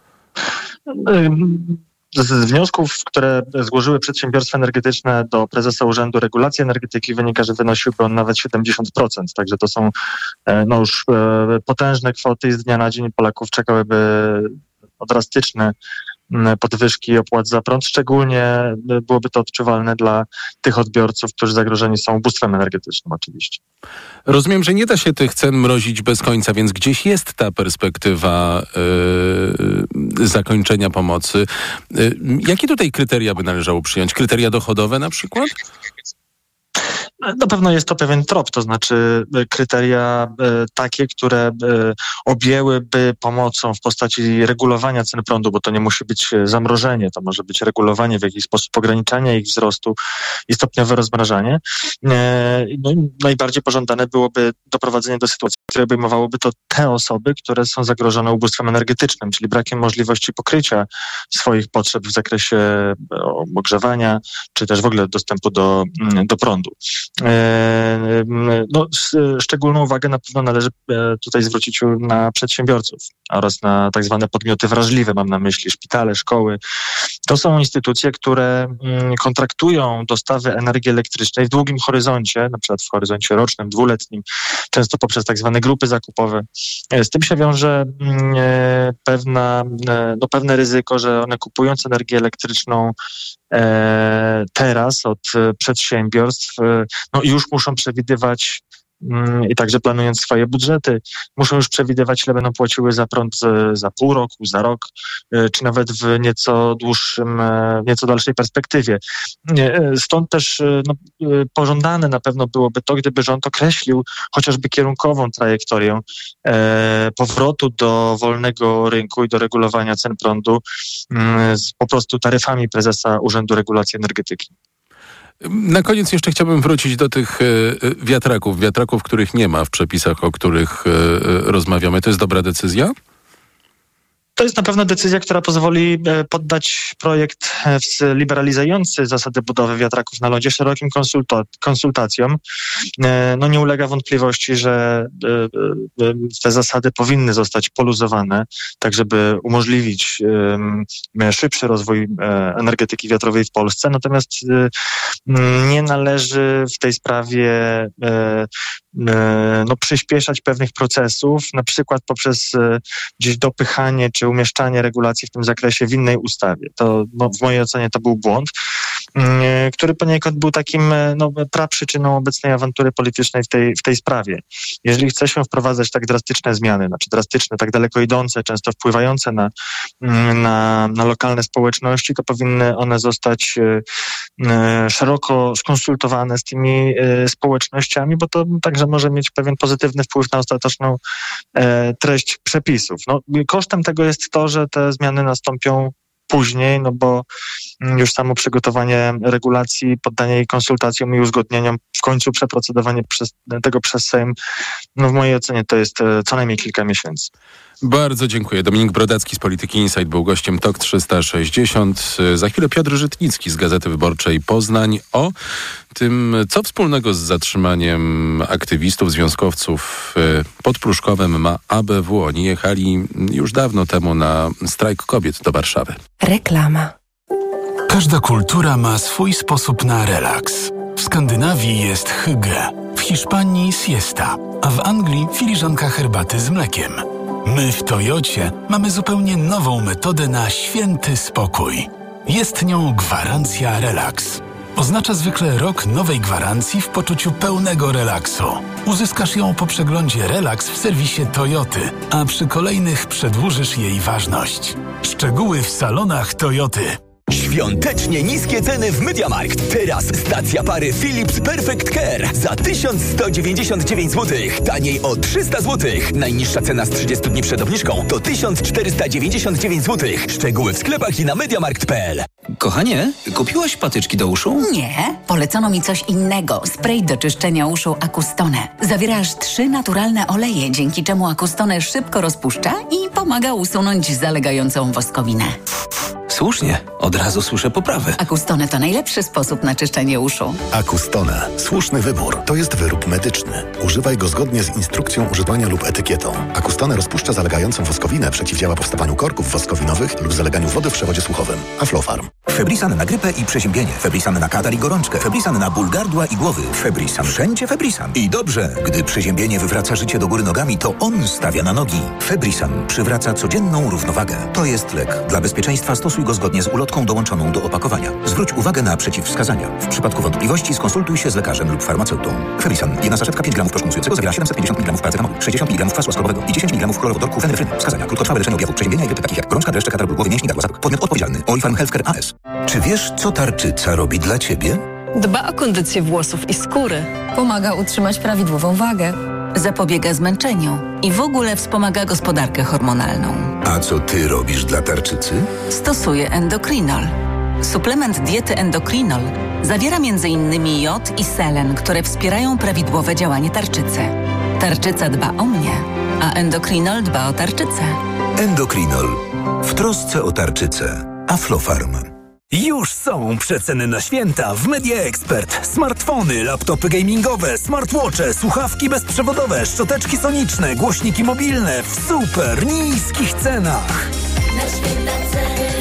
Z wniosków, które złożyły przedsiębiorstwa energetyczne do prezesa Urzędu Regulacji Energetyki, wynika, że wynosiłby on nawet 70%. Także to są już potężne kwoty i z dnia na dzień Polaków czekałyby drastyczne podwyżki opłat za prąd. Szczególnie byłoby to odczuwalne dla tych odbiorców, którzy zagrożeni są ubóstwem energetycznym oczywiście. Rozumiem, że nie da się tych cen mrozić bez końca, więc gdzieś jest ta perspektywa zakończenia pomocy. Jakie tutaj kryteria by należało przyjąć? Kryteria dochodowe na przykład? Na pewno jest to pewien trop, to znaczy kryteria takie, które objęłyby pomocą w postaci regulowania cen prądu, bo to nie musi być zamrożenie, to może być regulowanie w jakiś sposób, ograniczanie ich wzrostu i stopniowe rozmrażanie. Najbardziej pożądane byłoby doprowadzenie do sytuacji, które obejmowałoby to te osoby, które są zagrożone ubóstwem energetycznym, czyli brakiem możliwości pokrycia swoich potrzeb w zakresie ogrzewania, czy też w ogóle dostępu do prądu. Szczególną uwagę na pewno należy tutaj zwrócić na przedsiębiorców oraz na tak zwane podmioty wrażliwe, mam na myśli szpitale, szkoły. To są instytucje, które kontraktują dostawy energii elektrycznej w długim horyzoncie, na przykład w horyzoncie rocznym, dwuletnim, często poprzez tak zwane grupy zakupowe. Z tym się wiąże pewne ryzyko, że one kupując energię elektryczną teraz od przedsiębiorstw, już muszą przewidywać i także planując swoje budżety, muszą już przewidywać, ile będą płaciły za prąd za pół roku, za rok, czy nawet w nieco dalszej perspektywie. Stąd też pożądane na pewno byłoby to, gdyby rząd określił chociażby kierunkową trajektorię powrotu do wolnego rynku i do regulowania cen prądu z po prostu taryfami prezesa Urzędu Regulacji Energetyki. Na koniec jeszcze chciałbym wrócić do tych wiatraków, których nie ma w przepisach, o których rozmawiamy. To jest dobra decyzja? To jest na pewno decyzja, która pozwoli poddać projekt liberalizujący zasady budowy wiatraków na lodzie szerokim konsultacjom. Nie ulega wątpliwości, że te zasady powinny zostać poluzowane, tak żeby umożliwić szybszy rozwój energetyki wiatrowej w Polsce. Natomiast nie należy w tej sprawie przyspieszać pewnych procesów, na przykład poprzez gdzieś dopychanie czy umieszczanie regulacji w tym zakresie w innej ustawie. To w mojej ocenie to był błąd, który poniekąd był takim praprzyczyną obecnej awantury politycznej w tej sprawie. Jeżeli chce się wprowadzać tak drastyczne zmiany, drastyczne, tak daleko idące, często wpływające na lokalne społeczności, to powinny one zostać szeroko skonsultowane z tymi społecznościami, bo to także może mieć pewien pozytywny wpływ na ostateczną treść przepisów. Kosztem tego jest to, że te zmiany nastąpią później, bo już samo przygotowanie regulacji, poddanie jej konsultacjom i uzgodnieniom, w końcu przeprocedowanie tego przez Sejm, w mojej ocenie to jest co najmniej kilka miesięcy. Bardzo dziękuję. Dominik Brodacki z Polityki Insight był gościem TOK 360. Za chwilę Piotr Żytnicki z Gazety Wyborczej Poznań o tym, co wspólnego z zatrzymaniem aktywistów, związkowców pod Pruszkowem ma ABW. Oni jechali już dawno temu na strajk kobiet do Warszawy. Reklama. Każda kultura ma swój sposób na relaks. W Skandynawii jest hygge, w Hiszpanii siesta, a w Anglii filiżanka herbaty z mlekiem. My w Toyocie mamy zupełnie nową metodę na święty spokój. Jest nią gwarancja relaks. Oznacza zwykle rok nowej gwarancji w poczuciu pełnego relaksu. Uzyskasz ją po przeglądzie relaks w serwisie Toyoty, a przy kolejnych przedłużysz jej ważność. Szczegóły w salonach Toyoty. Świątecznie niskie ceny w MediaMarkt. Teraz stacja pary Philips Perfect Care za 1199 zł. Taniej o 300 zł. Najniższa cena z 30 dni przed obniżką to 1499 zł. Szczegóły w sklepach i na MediaMarkt.pl. Kochanie, kupiłaś patyczki do uszu? Nie, polecono mi coś innego. Spray do czyszczenia uszu Acustone. Zawiera aż 3 naturalne oleje, dzięki czemu Acustone szybko rozpuszcza i pomaga usunąć zalegającą woskowinę. Słusznie, od razu słyszę poprawę. Acustone to najlepszy sposób na czyszczenie uszu. Acustone. Słuszny wybór. To jest wyrób medyczny. Używaj go zgodnie z instrukcją używania lub etykietą. Acustone rozpuszcza zalegającą woskowinę, przeciwdziała powstawaniu korków woskowinowych lub zaleganiu wody w przewodzie słuchowym. Aflofarm. Febrisan na grypę i przeziębienie. Febrisan na katar i gorączkę. Febrisan na ból gardła i głowy. Febrisan. Wszędzie Febrisan. I dobrze, gdy przeziębienie wywraca życie do góry nogami, to on stawia na nogi. Febrisan przywraca codzienną równowagę. To jest lek. Dla bezpieczeństwa stosuj go zgodnie z ulotką dołączoną do opakowania. Zwróć uwagę na przeciwwskazania. W przypadku wątpliwości skonsultuj się z lekarzem lub farmaceutą. Febrisan. Jedna saszetka 5 gramów proszku mówiącego zawiera 750 mg paracetamolu, 60 mg kwasu ascorbowego i 10 mg chlorowodorku fenefryny. Wskazania. Krótkotrwałe leczenie objawów przeziębienia i grypy takich jak gorączka, dreszcze, katar ból głowy, mięśni, gardła, zatok. Podmiot odpowiedzialny. Olifarm Healthcare AS. Czy wiesz, co tarczyca robi dla ciebie? Dba o kondycję włosów i skóry. Pomaga utrzymać prawidłową wagę. Zapobiega zmęczeniu i w ogóle wspomaga gospodarkę hormonalną. A co ty robisz dla tarczycy? Stosuję Endokrinol. Suplement diety Endokrinol zawiera m.in. jod i selen, które wspierają prawidłowe działanie tarczycy. Tarczyca dba o mnie, a Endokrinol dba o tarczycę. Endokrinol. W trosce o tarczycę. Aflofarm. Już są przeceny na święta w Media Expert. Smartfony, laptopy gamingowe, smartwatche, słuchawki bezprzewodowe, szczoteczki soniczne, głośniki mobilne w super niskich cenach. Na święta ceny.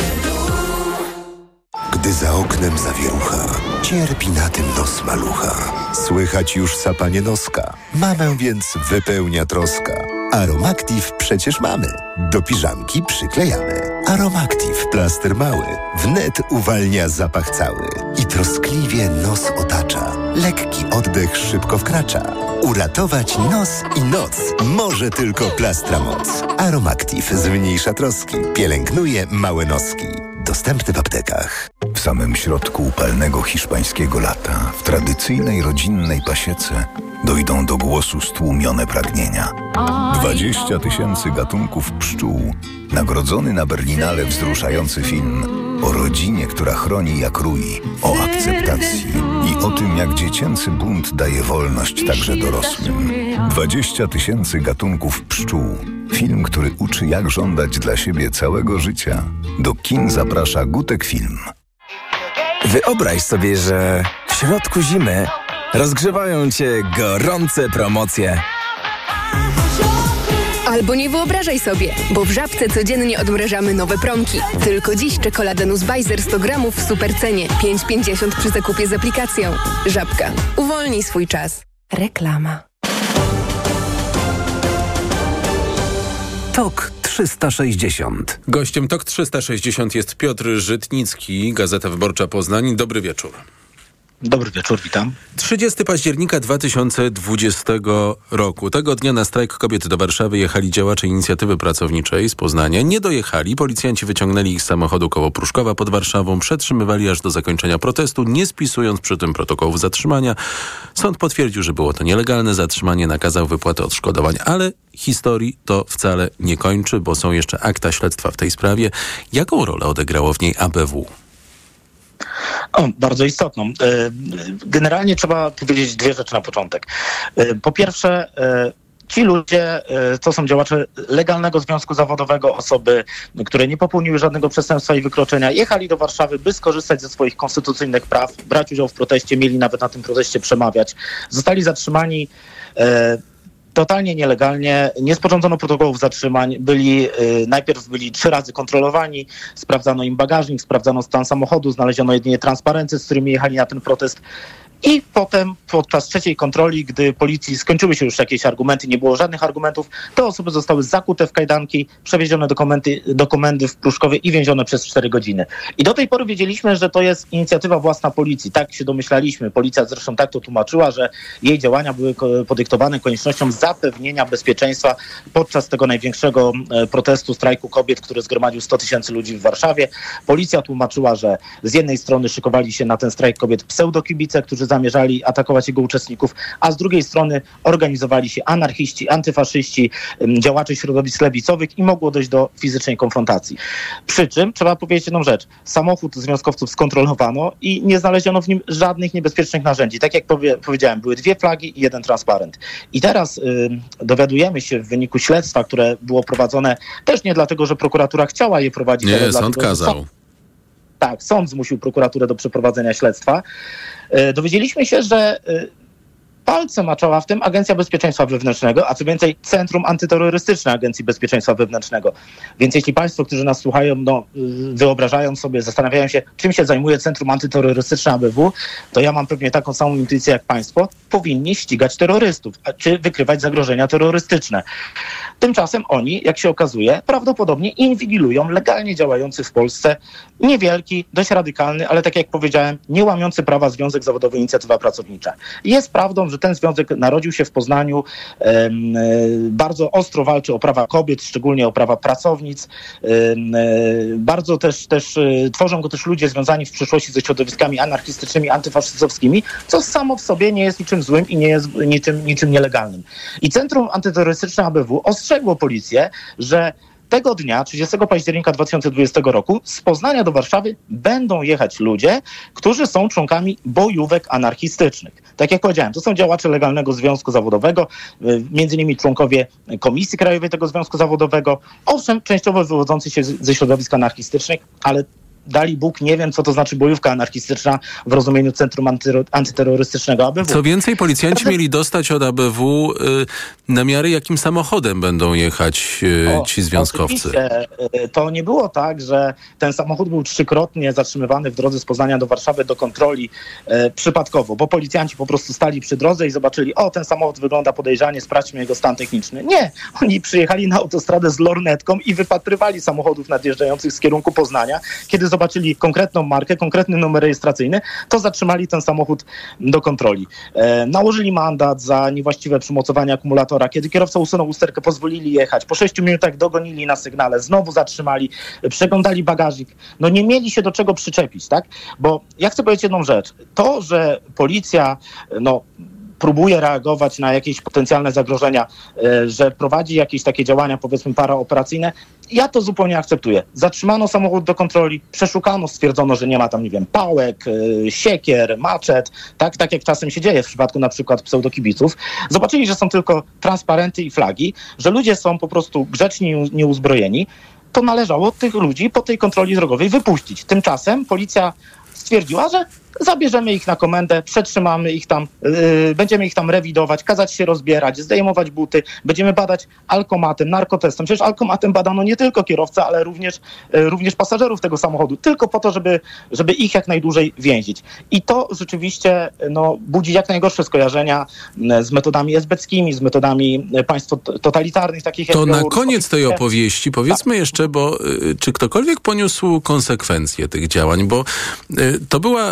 Gdy za oknem zawierucha, cierpi na tym nos malucha. Słychać już sapanie noska, mamę więc wypełnia troska. Aromactive przecież mamy, do piżamki przyklejamy. Aromactive, plaster mały, wnet uwalnia zapach cały. I troskliwie nos otacza, lekki oddech szybko wkracza. Uratować nos i noc może tylko plastra moc. Aromactive zmniejsza troski, pielęgnuje małe noski. Dostępny w aptekach. W samym środku upalnego hiszpańskiego lata, w tradycyjnej rodzinnej pasiece dojdą do głosu stłumione pragnienia. 20 000 gatunków pszczół, nagrodzony na Berlinale wzruszający film o rodzinie, która chroni jak rój, o akceptacji i o tym, jak dziecięcy bunt daje wolność także dorosłym. 20 000 gatunków pszczół. Film, który uczy, jak żądać dla siebie całego życia. Do kin zaprasza Gutek Film. Wyobraź sobie, że w środku zimy rozgrzewają cię gorące promocje. Albo nie wyobrażaj sobie, bo w Żabce codziennie odmrażamy nowe promki. Tylko dziś czekolada Nussbeiser 100 gramów w supercenie. 5,50 przy zakupie z aplikacją. Żabka. Uwolnij swój czas. Reklama. TOK 360. Gościem TOK 360 jest Piotr Żytnicki, Gazeta Wyborcza Poznań. Dobry wieczór. Dobry wieczór, witam. 30 października 2020 roku. Tego dnia na strajk kobiet do Warszawy jechali działacze inicjatywy pracowniczej z Poznania. Nie dojechali. Policjanci wyciągnęli ich z samochodu koło Pruszkowa pod Warszawą. Przetrzymywali aż do zakończenia protestu, nie spisując przy tym protokołów zatrzymania. Sąd potwierdził, że było to nielegalne zatrzymanie, nakazał wypłatę odszkodowań. Ale historii to wcale nie kończy, bo są jeszcze akta śledztwa w tej sprawie. Jaką rolę odegrało w niej ABW? Bardzo istotną. Generalnie trzeba powiedzieć dwie rzeczy na początek. Po pierwsze, ci ludzie to są działacze legalnego związku zawodowego, osoby, które nie popełniły żadnego przestępstwa i wykroczenia, jechali do Warszawy, by skorzystać ze swoich konstytucyjnych praw, brać udział w proteście, mieli nawet na tym proteście przemawiać. Zostali zatrzymani totalnie nielegalnie, nie sporządzono protokołów zatrzymań, najpierw byli 3 razy kontrolowani, sprawdzano im bagażnik, sprawdzano stan samochodu, znaleziono jedynie transparenty, z którymi jechali na ten protest. I potem podczas trzeciej kontroli, gdy policji skończyły się już jakieś argumenty, nie było żadnych argumentów, te osoby zostały zakute w kajdanki, przewiezione do komendy w Pruszkowie i więzione przez 4 godziny. I do tej pory wiedzieliśmy, że to jest inicjatywa własna policji. Tak się domyślaliśmy. Policja zresztą tak to tłumaczyła, że jej działania były podyktowane koniecznością zapewnienia bezpieczeństwa podczas tego największego protestu, strajku kobiet, który zgromadził 100 000 ludzi w Warszawie. Policja tłumaczyła, że z jednej strony szykowali się na ten strajk kobiet pseudokibice, którzy zamierzali atakować jego uczestników, a z drugiej strony organizowali się anarchiści, antyfaszyści, działacze środowisk lewicowych i mogło dojść do fizycznej konfrontacji. Przy czym trzeba powiedzieć jedną rzecz. Samochód związkowców skontrolowano i nie znaleziono w nim żadnych niebezpiecznych narzędzi. Tak jak powiedziałem, były 2 flagi i 1 transparent. I teraz dowiadujemy się w wyniku śledztwa, które było prowadzone też nie dlatego, że prokuratura chciała je prowadzić. Nie, sąd kazał. Tak, sąd zmusił prokuraturę do przeprowadzenia śledztwa. Dowiedzieliśmy się, że palce maczała w tym Agencja Bezpieczeństwa Wewnętrznego, a co więcej Centrum Antyterrorystyczne Agencji Bezpieczeństwa Wewnętrznego. Więc jeśli państwo, którzy nas słuchają, wyobrażają sobie, zastanawiają się, czym się zajmuje Centrum Antyterrorystyczne ABW, to ja mam pewnie taką samą intuicję jak państwo. Powinni ścigać terrorystów, czy wykrywać zagrożenia terrorystyczne. Tymczasem oni, jak się okazuje, prawdopodobnie inwigilują legalnie działający w Polsce niewielki, dość radykalny, ale tak jak powiedziałem, nie łamiący prawa Związek Zawodowy Inicjatywa Pracownicza. Jest prawdą, że ten związek narodził się w Poznaniu, bardzo ostro walczy o prawa kobiet, szczególnie o prawa pracownic. Bardzo też tworzą go też ludzie związani w przeszłości ze środowiskami anarchistycznymi, antyfaszystowskimi, co samo w sobie nie jest niczym złym i nie jest niczym nielegalnym. I Centrum Antyterrorystyczne ABW ostrzegło policję, że tego dnia, 30 października 2020 roku, z Poznania do Warszawy będą jechać ludzie, którzy są członkami bojówek anarchistycznych. Tak jak powiedziałem, to są działacze legalnego związku zawodowego, między innymi członkowie Komisji Krajowej tego Związku Zawodowego, owszem, częściowo wywodzący się ze środowisk anarchistycznych, ale dali Bóg, nie wiem, co to znaczy bojówka anarchistyczna w rozumieniu Centrum Antyterrorystycznego ABW. Co więcej, policjanci mieli dostać od ABW namiary, jakim samochodem będą jechać ci związkowcy. Oczywiście. To nie było tak, że ten samochód był 3-krotnie zatrzymywany w drodze z Poznania do Warszawy do kontroli przypadkowo, bo policjanci po prostu stali przy drodze i zobaczyli, ten samochód wygląda podejrzanie, sprawdźmy jego stan techniczny. Nie, oni przyjechali na autostradę z lornetką i wypatrywali samochodów nadjeżdżających z kierunku Poznania. Kiedy zobaczyli konkretną markę, konkretny numer rejestracyjny, to zatrzymali ten samochód do kontroli. Nałożyli mandat za niewłaściwe przymocowanie akumulatora. Kiedy kierowca usunął usterkę, pozwolili jechać. Po 6 minutach dogonili na sygnale, znowu zatrzymali, przeglądali bagażnik. No nie mieli się do czego przyczepić, tak? Bo ja chcę powiedzieć jedną rzecz. To, że policja, próbuje reagować na jakieś potencjalne zagrożenia, że prowadzi jakieś takie działania, powiedzmy, paraoperacyjne, ja to zupełnie akceptuję. Zatrzymano samochód do kontroli, przeszukano, stwierdzono, że nie ma tam, pałek, siekier, maczet, tak jak czasem się dzieje w przypadku na przykład pseudokibiców. Zobaczyli, że są tylko transparenty i flagi, że ludzie są po prostu grzeczni i nieuzbrojeni. To należało tych ludzi po tej kontroli drogowej wypuścić. Tymczasem policja stwierdziła, że zabierzemy ich na komendę, przetrzymamy ich tam, będziemy ich tam rewidować, kazać się rozbierać, zdejmować buty, będziemy badać alkomatem, narkotestem. Przecież alkomatem badano nie tylko kierowcę, ale również pasażerów tego samochodu, tylko po to, żeby ich jak najdłużej więzić. I to rzeczywiście budzi jak najgorsze skojarzenia z metodami esbeckimi, z metodami państw totalitarnych, takich jak To na koniec tej opowieści powiedzmy jeszcze, bo czy ktokolwiek poniósł konsekwencje tych działań, bo to była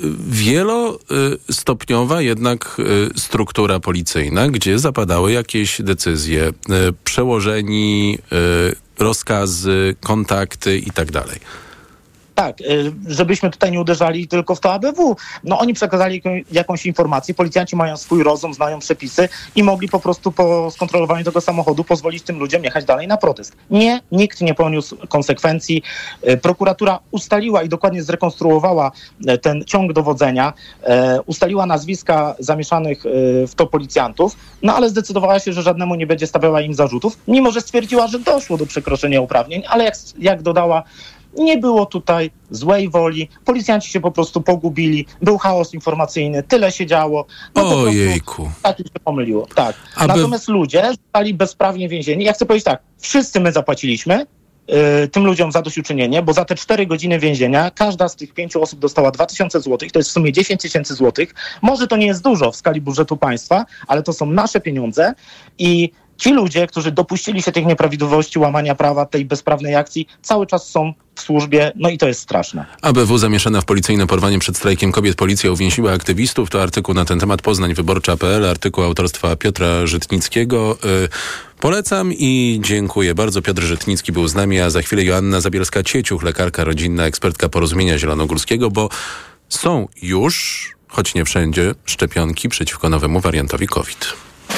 wielostopniowa jednak struktura policyjna, gdzie zapadały jakieś decyzje, przełożeni, rozkazy, kontakty i tak dalej. Tak, żebyśmy tutaj nie uderzali tylko w to ABW. Oni przekazali jakąś informację, policjanci mają swój rozum, znają przepisy i mogli po prostu po skontrolowaniu tego samochodu pozwolić tym ludziom jechać dalej na protest. Nie, nikt nie poniósł konsekwencji. Prokuratura ustaliła i dokładnie zrekonstruowała ten ciąg dowodzenia, ustaliła nazwiska zamieszanych w to policjantów, ale zdecydowała się, że żadnemu nie będzie stawiała im zarzutów, mimo że stwierdziła, że doszło do przekroczenia uprawnień, ale jak dodała, nie było tutaj złej woli, policjanci się po prostu pogubili, był chaos informacyjny, tyle się działo. Ojejku. Tak się pomyliło, tak. Natomiast ludzie zostali bezprawnie więzieni. Ja chcę powiedzieć tak, wszyscy my zapłaciliśmy tym ludziom zadośćuczynienie, bo za te 4 godziny więzienia każda z tych 5 osób dostała 2000 zł, to jest w sumie 10 000 złotych. Może to nie jest dużo w skali budżetu państwa, ale to są nasze pieniądze i ci ludzie, którzy dopuścili się tych nieprawidłowości, łamania prawa, tej bezprawnej akcji, cały czas są w służbie, i to jest straszne. ABW zamieszana w policyjne porwanie przed strajkiem kobiet. Policja uwięziła aktywistów. To artykuł na ten temat poznańwyborcza.pl, artykuł autorstwa Piotra Żytnickiego. Polecam i dziękuję bardzo. Piotr Żytnicki był z nami, a za chwilę Joanna Zabielska-Cieciuch, lekarka rodzinna, ekspertka Porozumienia Zielonogórskiego, bo są już, choć nie wszędzie, szczepionki przeciwko nowemu wariantowi COVID.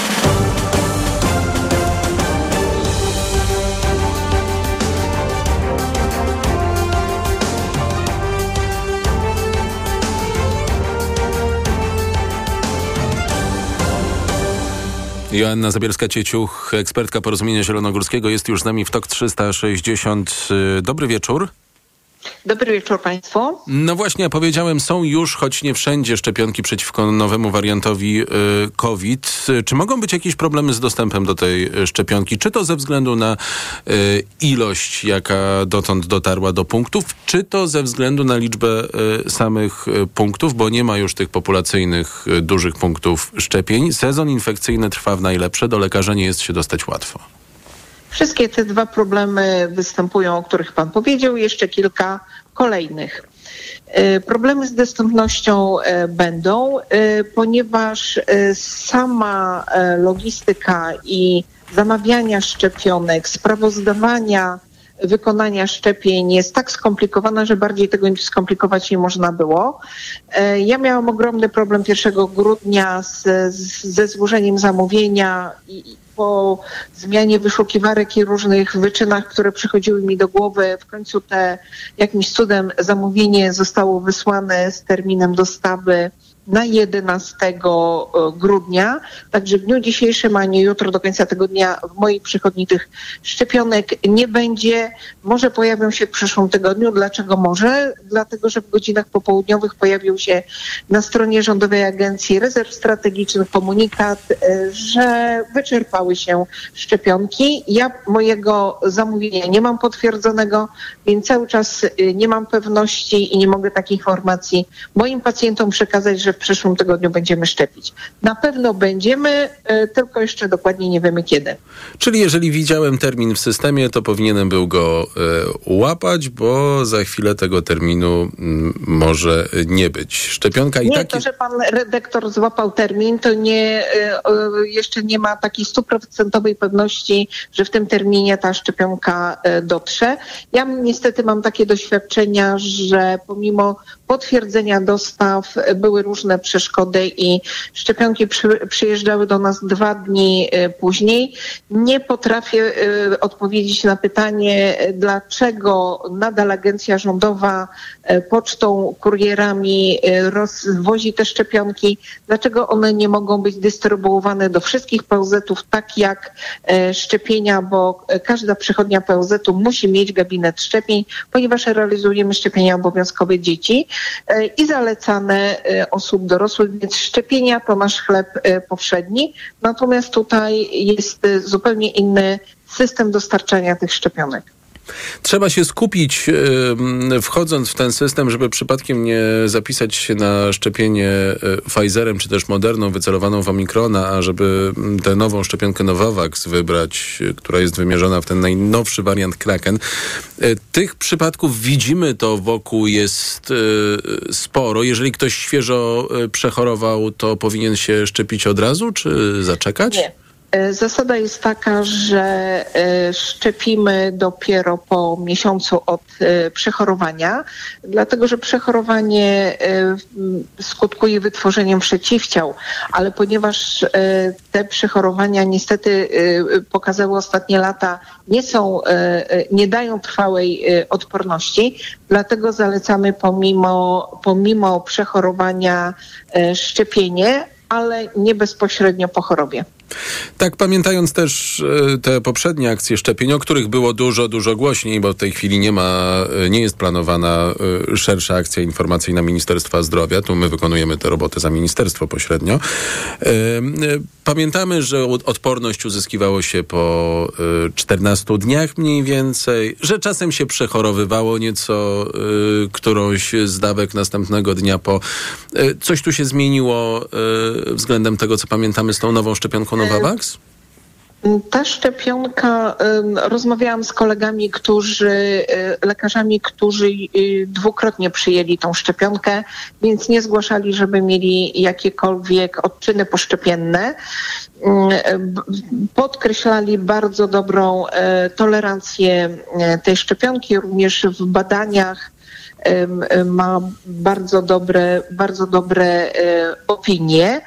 Joanna Zabielska-Cieciuch, ekspertka Porozumienia Zielonogórskiego, jest już z nami w TOK 360. Dobry wieczór. Dobry wieczór Państwu. No właśnie, ja powiedziałem, są już, choć nie wszędzie, szczepionki przeciwko nowemu wariantowi COVID. Czy mogą być jakieś problemy z dostępem do tej szczepionki? Czy to ze względu na ilość, jaka dotąd dotarła do punktów, czy to ze względu na liczbę samych punktów, bo nie ma już tych populacyjnych, dużych punktów szczepień. Sezon infekcyjny trwa w najlepsze, do lekarza nie jest się dostać łatwo. Wszystkie te 2 problemy występują, o których Pan powiedział, jeszcze kilka kolejnych. Problemy z dostępnością będą, ponieważ sama logistyka i zamawiania szczepionek, sprawozdawania wykonania szczepień jest tak skomplikowana, że bardziej tego skomplikować nie można było. Ja miałam ogromny problem 1 grudnia ze złożeniem zamówienia po zmianie wyszukiwarek i różnych wyczynach, które przychodziły mi do głowy, w końcu jakimś cudem zamówienie zostało wysłane z terminem dostawy na 11 grudnia. Także w dniu dzisiejszym, a nie jutro, do końca tego dnia w mojej przychodni tych szczepionek nie będzie. Może pojawią się w przyszłym tygodniu. Dlaczego może? Dlatego, że w godzinach popołudniowych pojawił się na stronie Rządowej Agencji Rezerw Strategicznych komunikat, że wyczerpały się szczepionki. Ja mojego zamówienia nie mam potwierdzonego, więc cały czas nie mam pewności i nie mogę takiej informacji moim pacjentom przekazać, że w przyszłym tygodniu będziemy szczepić. Na pewno będziemy, tylko jeszcze dokładnie nie wiemy kiedy. Czyli jeżeli widziałem termin w systemie, to powinienem był go łapać, bo za chwilę tego terminu może nie być. Szczepionka i to, że pan redaktor złapał termin, to jeszcze nie ma takiej 100% pewności, że w tym terminie ta szczepionka dotrze. Ja niestety mam takie doświadczenia, że pomimo potwierdzenia dostaw były różne przeszkody i szczepionki przyjeżdżały do nas 2 dni później. Nie potrafię odpowiedzieć na pytanie, dlaczego nadal agencja rządowa pocztą, kurierami rozwozi te szczepionki, dlaczego one nie mogą być dystrybuowane do wszystkich POZ-ów tak jak szczepienia, bo każda przychodnia POZ-u musi mieć gabinet szczepień, ponieważ realizujemy szczepienia obowiązkowe dzieci i zalecane osób dorosłych, więc szczepienia to nasz chleb powszedni. Natomiast tutaj jest zupełnie inny system dostarczania tych szczepionek. Trzeba się skupić, wchodząc w ten system, żeby przypadkiem nie zapisać się na szczepienie Pfizerem czy też Moderną wycelowaną w Omikrona, a żeby tę nową szczepionkę Novavax wybrać, która jest wymierzona w ten najnowszy wariant Kraken. Tych przypadków widzimy, to wokół jest sporo. Jeżeli ktoś świeżo przechorował, to powinien się szczepić od razu, czy zaczekać? Nie. Zasada jest taka, że szczepimy dopiero po miesiącu od przechorowania, dlatego że przechorowanie skutkuje wytworzeniem przeciwciał, ale ponieważ te przechorowania niestety pokazały ostatnie lata, nie dają trwałej odporności, dlatego zalecamy pomimo przechorowania szczepienie, ale nie bezpośrednio po chorobie. Tak, pamiętając też te poprzednie akcje szczepień, o których było dużo głośniej, bo w tej chwili nie jest planowana szersza akcja informacyjna Ministerstwa Zdrowia. Tu my wykonujemy tę robotę za ministerstwo pośrednio. Pamiętamy, że odporność uzyskiwało się po 14 dniach mniej więcej, że czasem się przechorowywało nieco którąś z dawek następnego dnia po. Coś tu się zmieniło względem tego, co pamiętamy z tą nową szczepionką Novavax? Ta szczepionka, rozmawiałam z kolegami, lekarzami, którzy dwukrotnie przyjęli tą szczepionkę, więc nie zgłaszali, żeby mieli jakiekolwiek odczyny poszczepienne. Podkreślali bardzo dobrą tolerancję tej szczepionki, również w badaniach ma bardzo dobre opinie.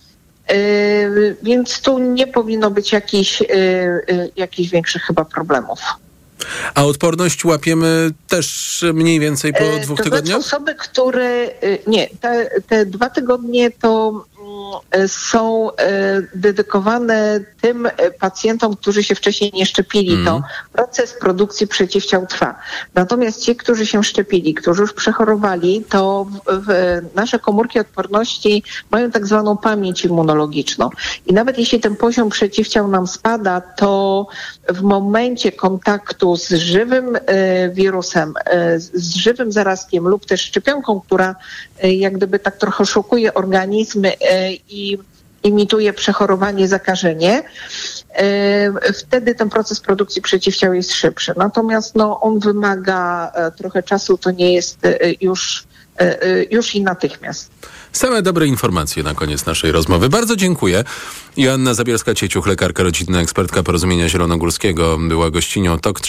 Więc tu nie powinno być jakichś większych chyba problemów. A odporność łapiemy też mniej więcej po 2 tygodniach? Osoby, które... Nie, te 2 tygodnie to są dedykowane tym pacjentom, którzy się wcześniej nie szczepili. To proces produkcji przeciwciał trwa. Natomiast ci, którzy się szczepili, którzy już przechorowali, to nasze komórki odporności mają tak zwaną pamięć immunologiczną. I nawet jeśli ten poziom przeciwciał nam spada, to w momencie kontaktu z żywym wirusem, z żywym zarazkiem lub też szczepionką, która jak gdyby tak trochę szokuje organizm i imituje przechorowanie, zakażenie, wtedy ten proces produkcji przeciwciał jest szybszy. Natomiast on wymaga trochę czasu, to nie jest już już i natychmiast. Same dobre informacje na koniec naszej rozmowy. Bardzo dziękuję. Joanna Zabielska-Cieciuch, lekarka rodzinna, ekspertka Porozumienia Zielonogórskiego, była gościnią TOK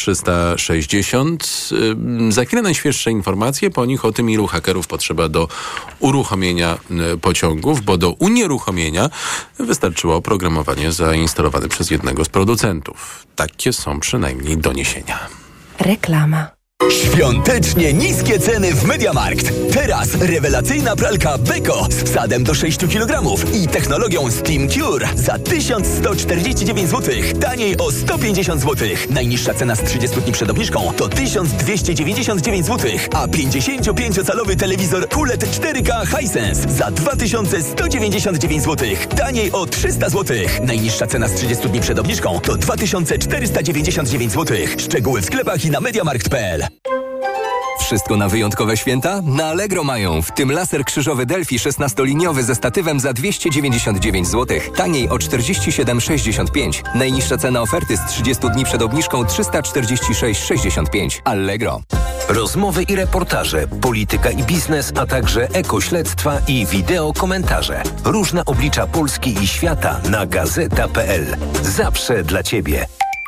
360. Za chwilę najświeższe informacje, po nich o tym, ilu hakerów potrzeba do uruchomienia pociągów, bo do unieruchomienia wystarczyło oprogramowanie zainstalowane przez jednego z producentów. Takie są przynajmniej doniesienia. Reklama. Świątecznie niskie ceny w MediaMarkt. Teraz rewelacyjna pralka Beko z wsadem do 6 kg i technologią Steam Cure za 1149 zł. Taniej o 150 zł. Najniższa cena z 30 dni przed obniżką to 1299 zł, a 55-calowy telewizor QLED 4K Hisense za 2199 zł. Taniej o 300 zł. Najniższa cena z 30 dni przed obniżką to 2499 zł. Szczegóły w sklepach i na mediamarkt.pl. Wszystko na wyjątkowe święta? Na Allegro mają, w tym laser krzyżowy Delphi 16-liniowy ze statywem za 299 zł. Taniej o 47,65. Najniższa cena oferty z 30 dni przed obniżką 346,65. Allegro. Rozmowy i reportaże, polityka i biznes, a także ekośledztwa i wideo komentarze. Różne oblicza Polski i świata na gazeta.pl. Zawsze dla Ciebie.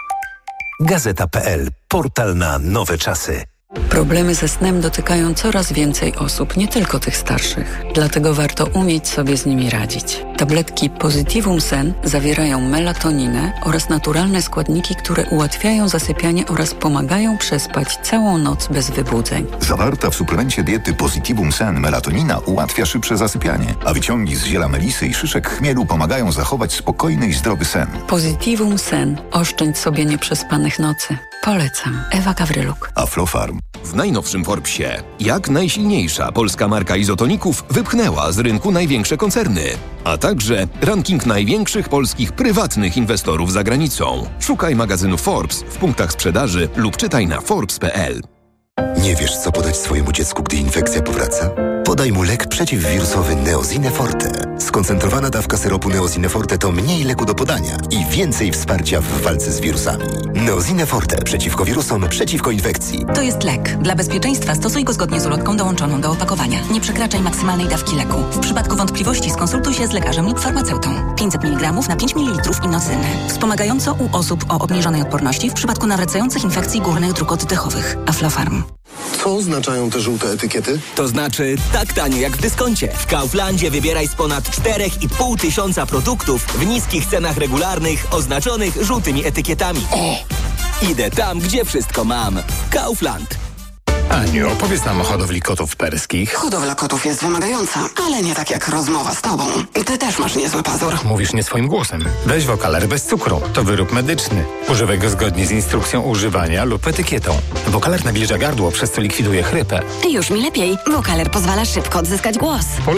Gazeta.pl. Portal na nowe czasy. Problemy ze snem dotykają coraz więcej osób, nie tylko tych starszych. Dlatego warto umieć sobie z nimi radzić. Tabletki Positivum Sen zawierają melatoninę oraz naturalne składniki, które ułatwiają zasypianie oraz pomagają przespać całą noc bez wybudzeń. Zawarta w suplemencie diety Positivum Sen melatonina ułatwia szybsze zasypianie, a wyciągi z ziela melisy i szyszek chmielu pomagają zachować spokojny i zdrowy sen. Positivum Sen. Oszczędź sobie nieprzespanych nocy. Polecam. Ewa Gawryluk. Aflofarm. W najnowszym Forbesie, jak najsilniejsza polska marka izotoników wypchnęła z rynku największe koncerny, a także ranking największych polskich prywatnych inwestorów za granicą. Szukaj magazynu Forbes w punktach sprzedaży lub czytaj na forbes.pl. Nie wiesz, co podać swojemu dziecku, gdy infekcja powraca? Podaj mu lek przeciwwirusowy Neosine Forte. Skoncentrowana dawka syropu Neosine Forte to mniej leku do podania i więcej wsparcia w walce z wirusami. Neosine Forte przeciwko wirusom, przeciwko infekcji. To jest lek. Dla bezpieczeństwa stosuj go zgodnie z ulotką dołączoną do opakowania. Nie przekraczaj maksymalnej dawki leku. W przypadku wątpliwości skonsultuj się z lekarzem lub farmaceutą. 500 mg na 5 ml inocyny. Wspomagająco u osób o obniżonej odporności w przypadku nawracających infekcji górnych dróg oddechowych. Aflofarm. Co oznaczają te żółte etykiety? To znaczy tak tanio jak w dyskoncie. W Kauflandzie wybieraj z ponad 4,5 tysiąca produktów w niskich cenach regularnych oznaczonych żółtymi etykietami. Idę tam, gdzie wszystko mam. Kaufland. Aniu, opowiedz nam o hodowli kotów perskich. Hodowla kotów jest wymagająca, ale nie tak jak rozmowa z tobą. Ty też masz niezły pazur. Mówisz nie swoim głosem. Weź Wokaler bez cukru. To wyrób medyczny. Używaj go zgodnie z instrukcją używania lub etykietą. Wokaler nawilża gardło, przez co likwiduje chrypę. Już mi lepiej. Wokaler pozwala szybko odzyskać głos.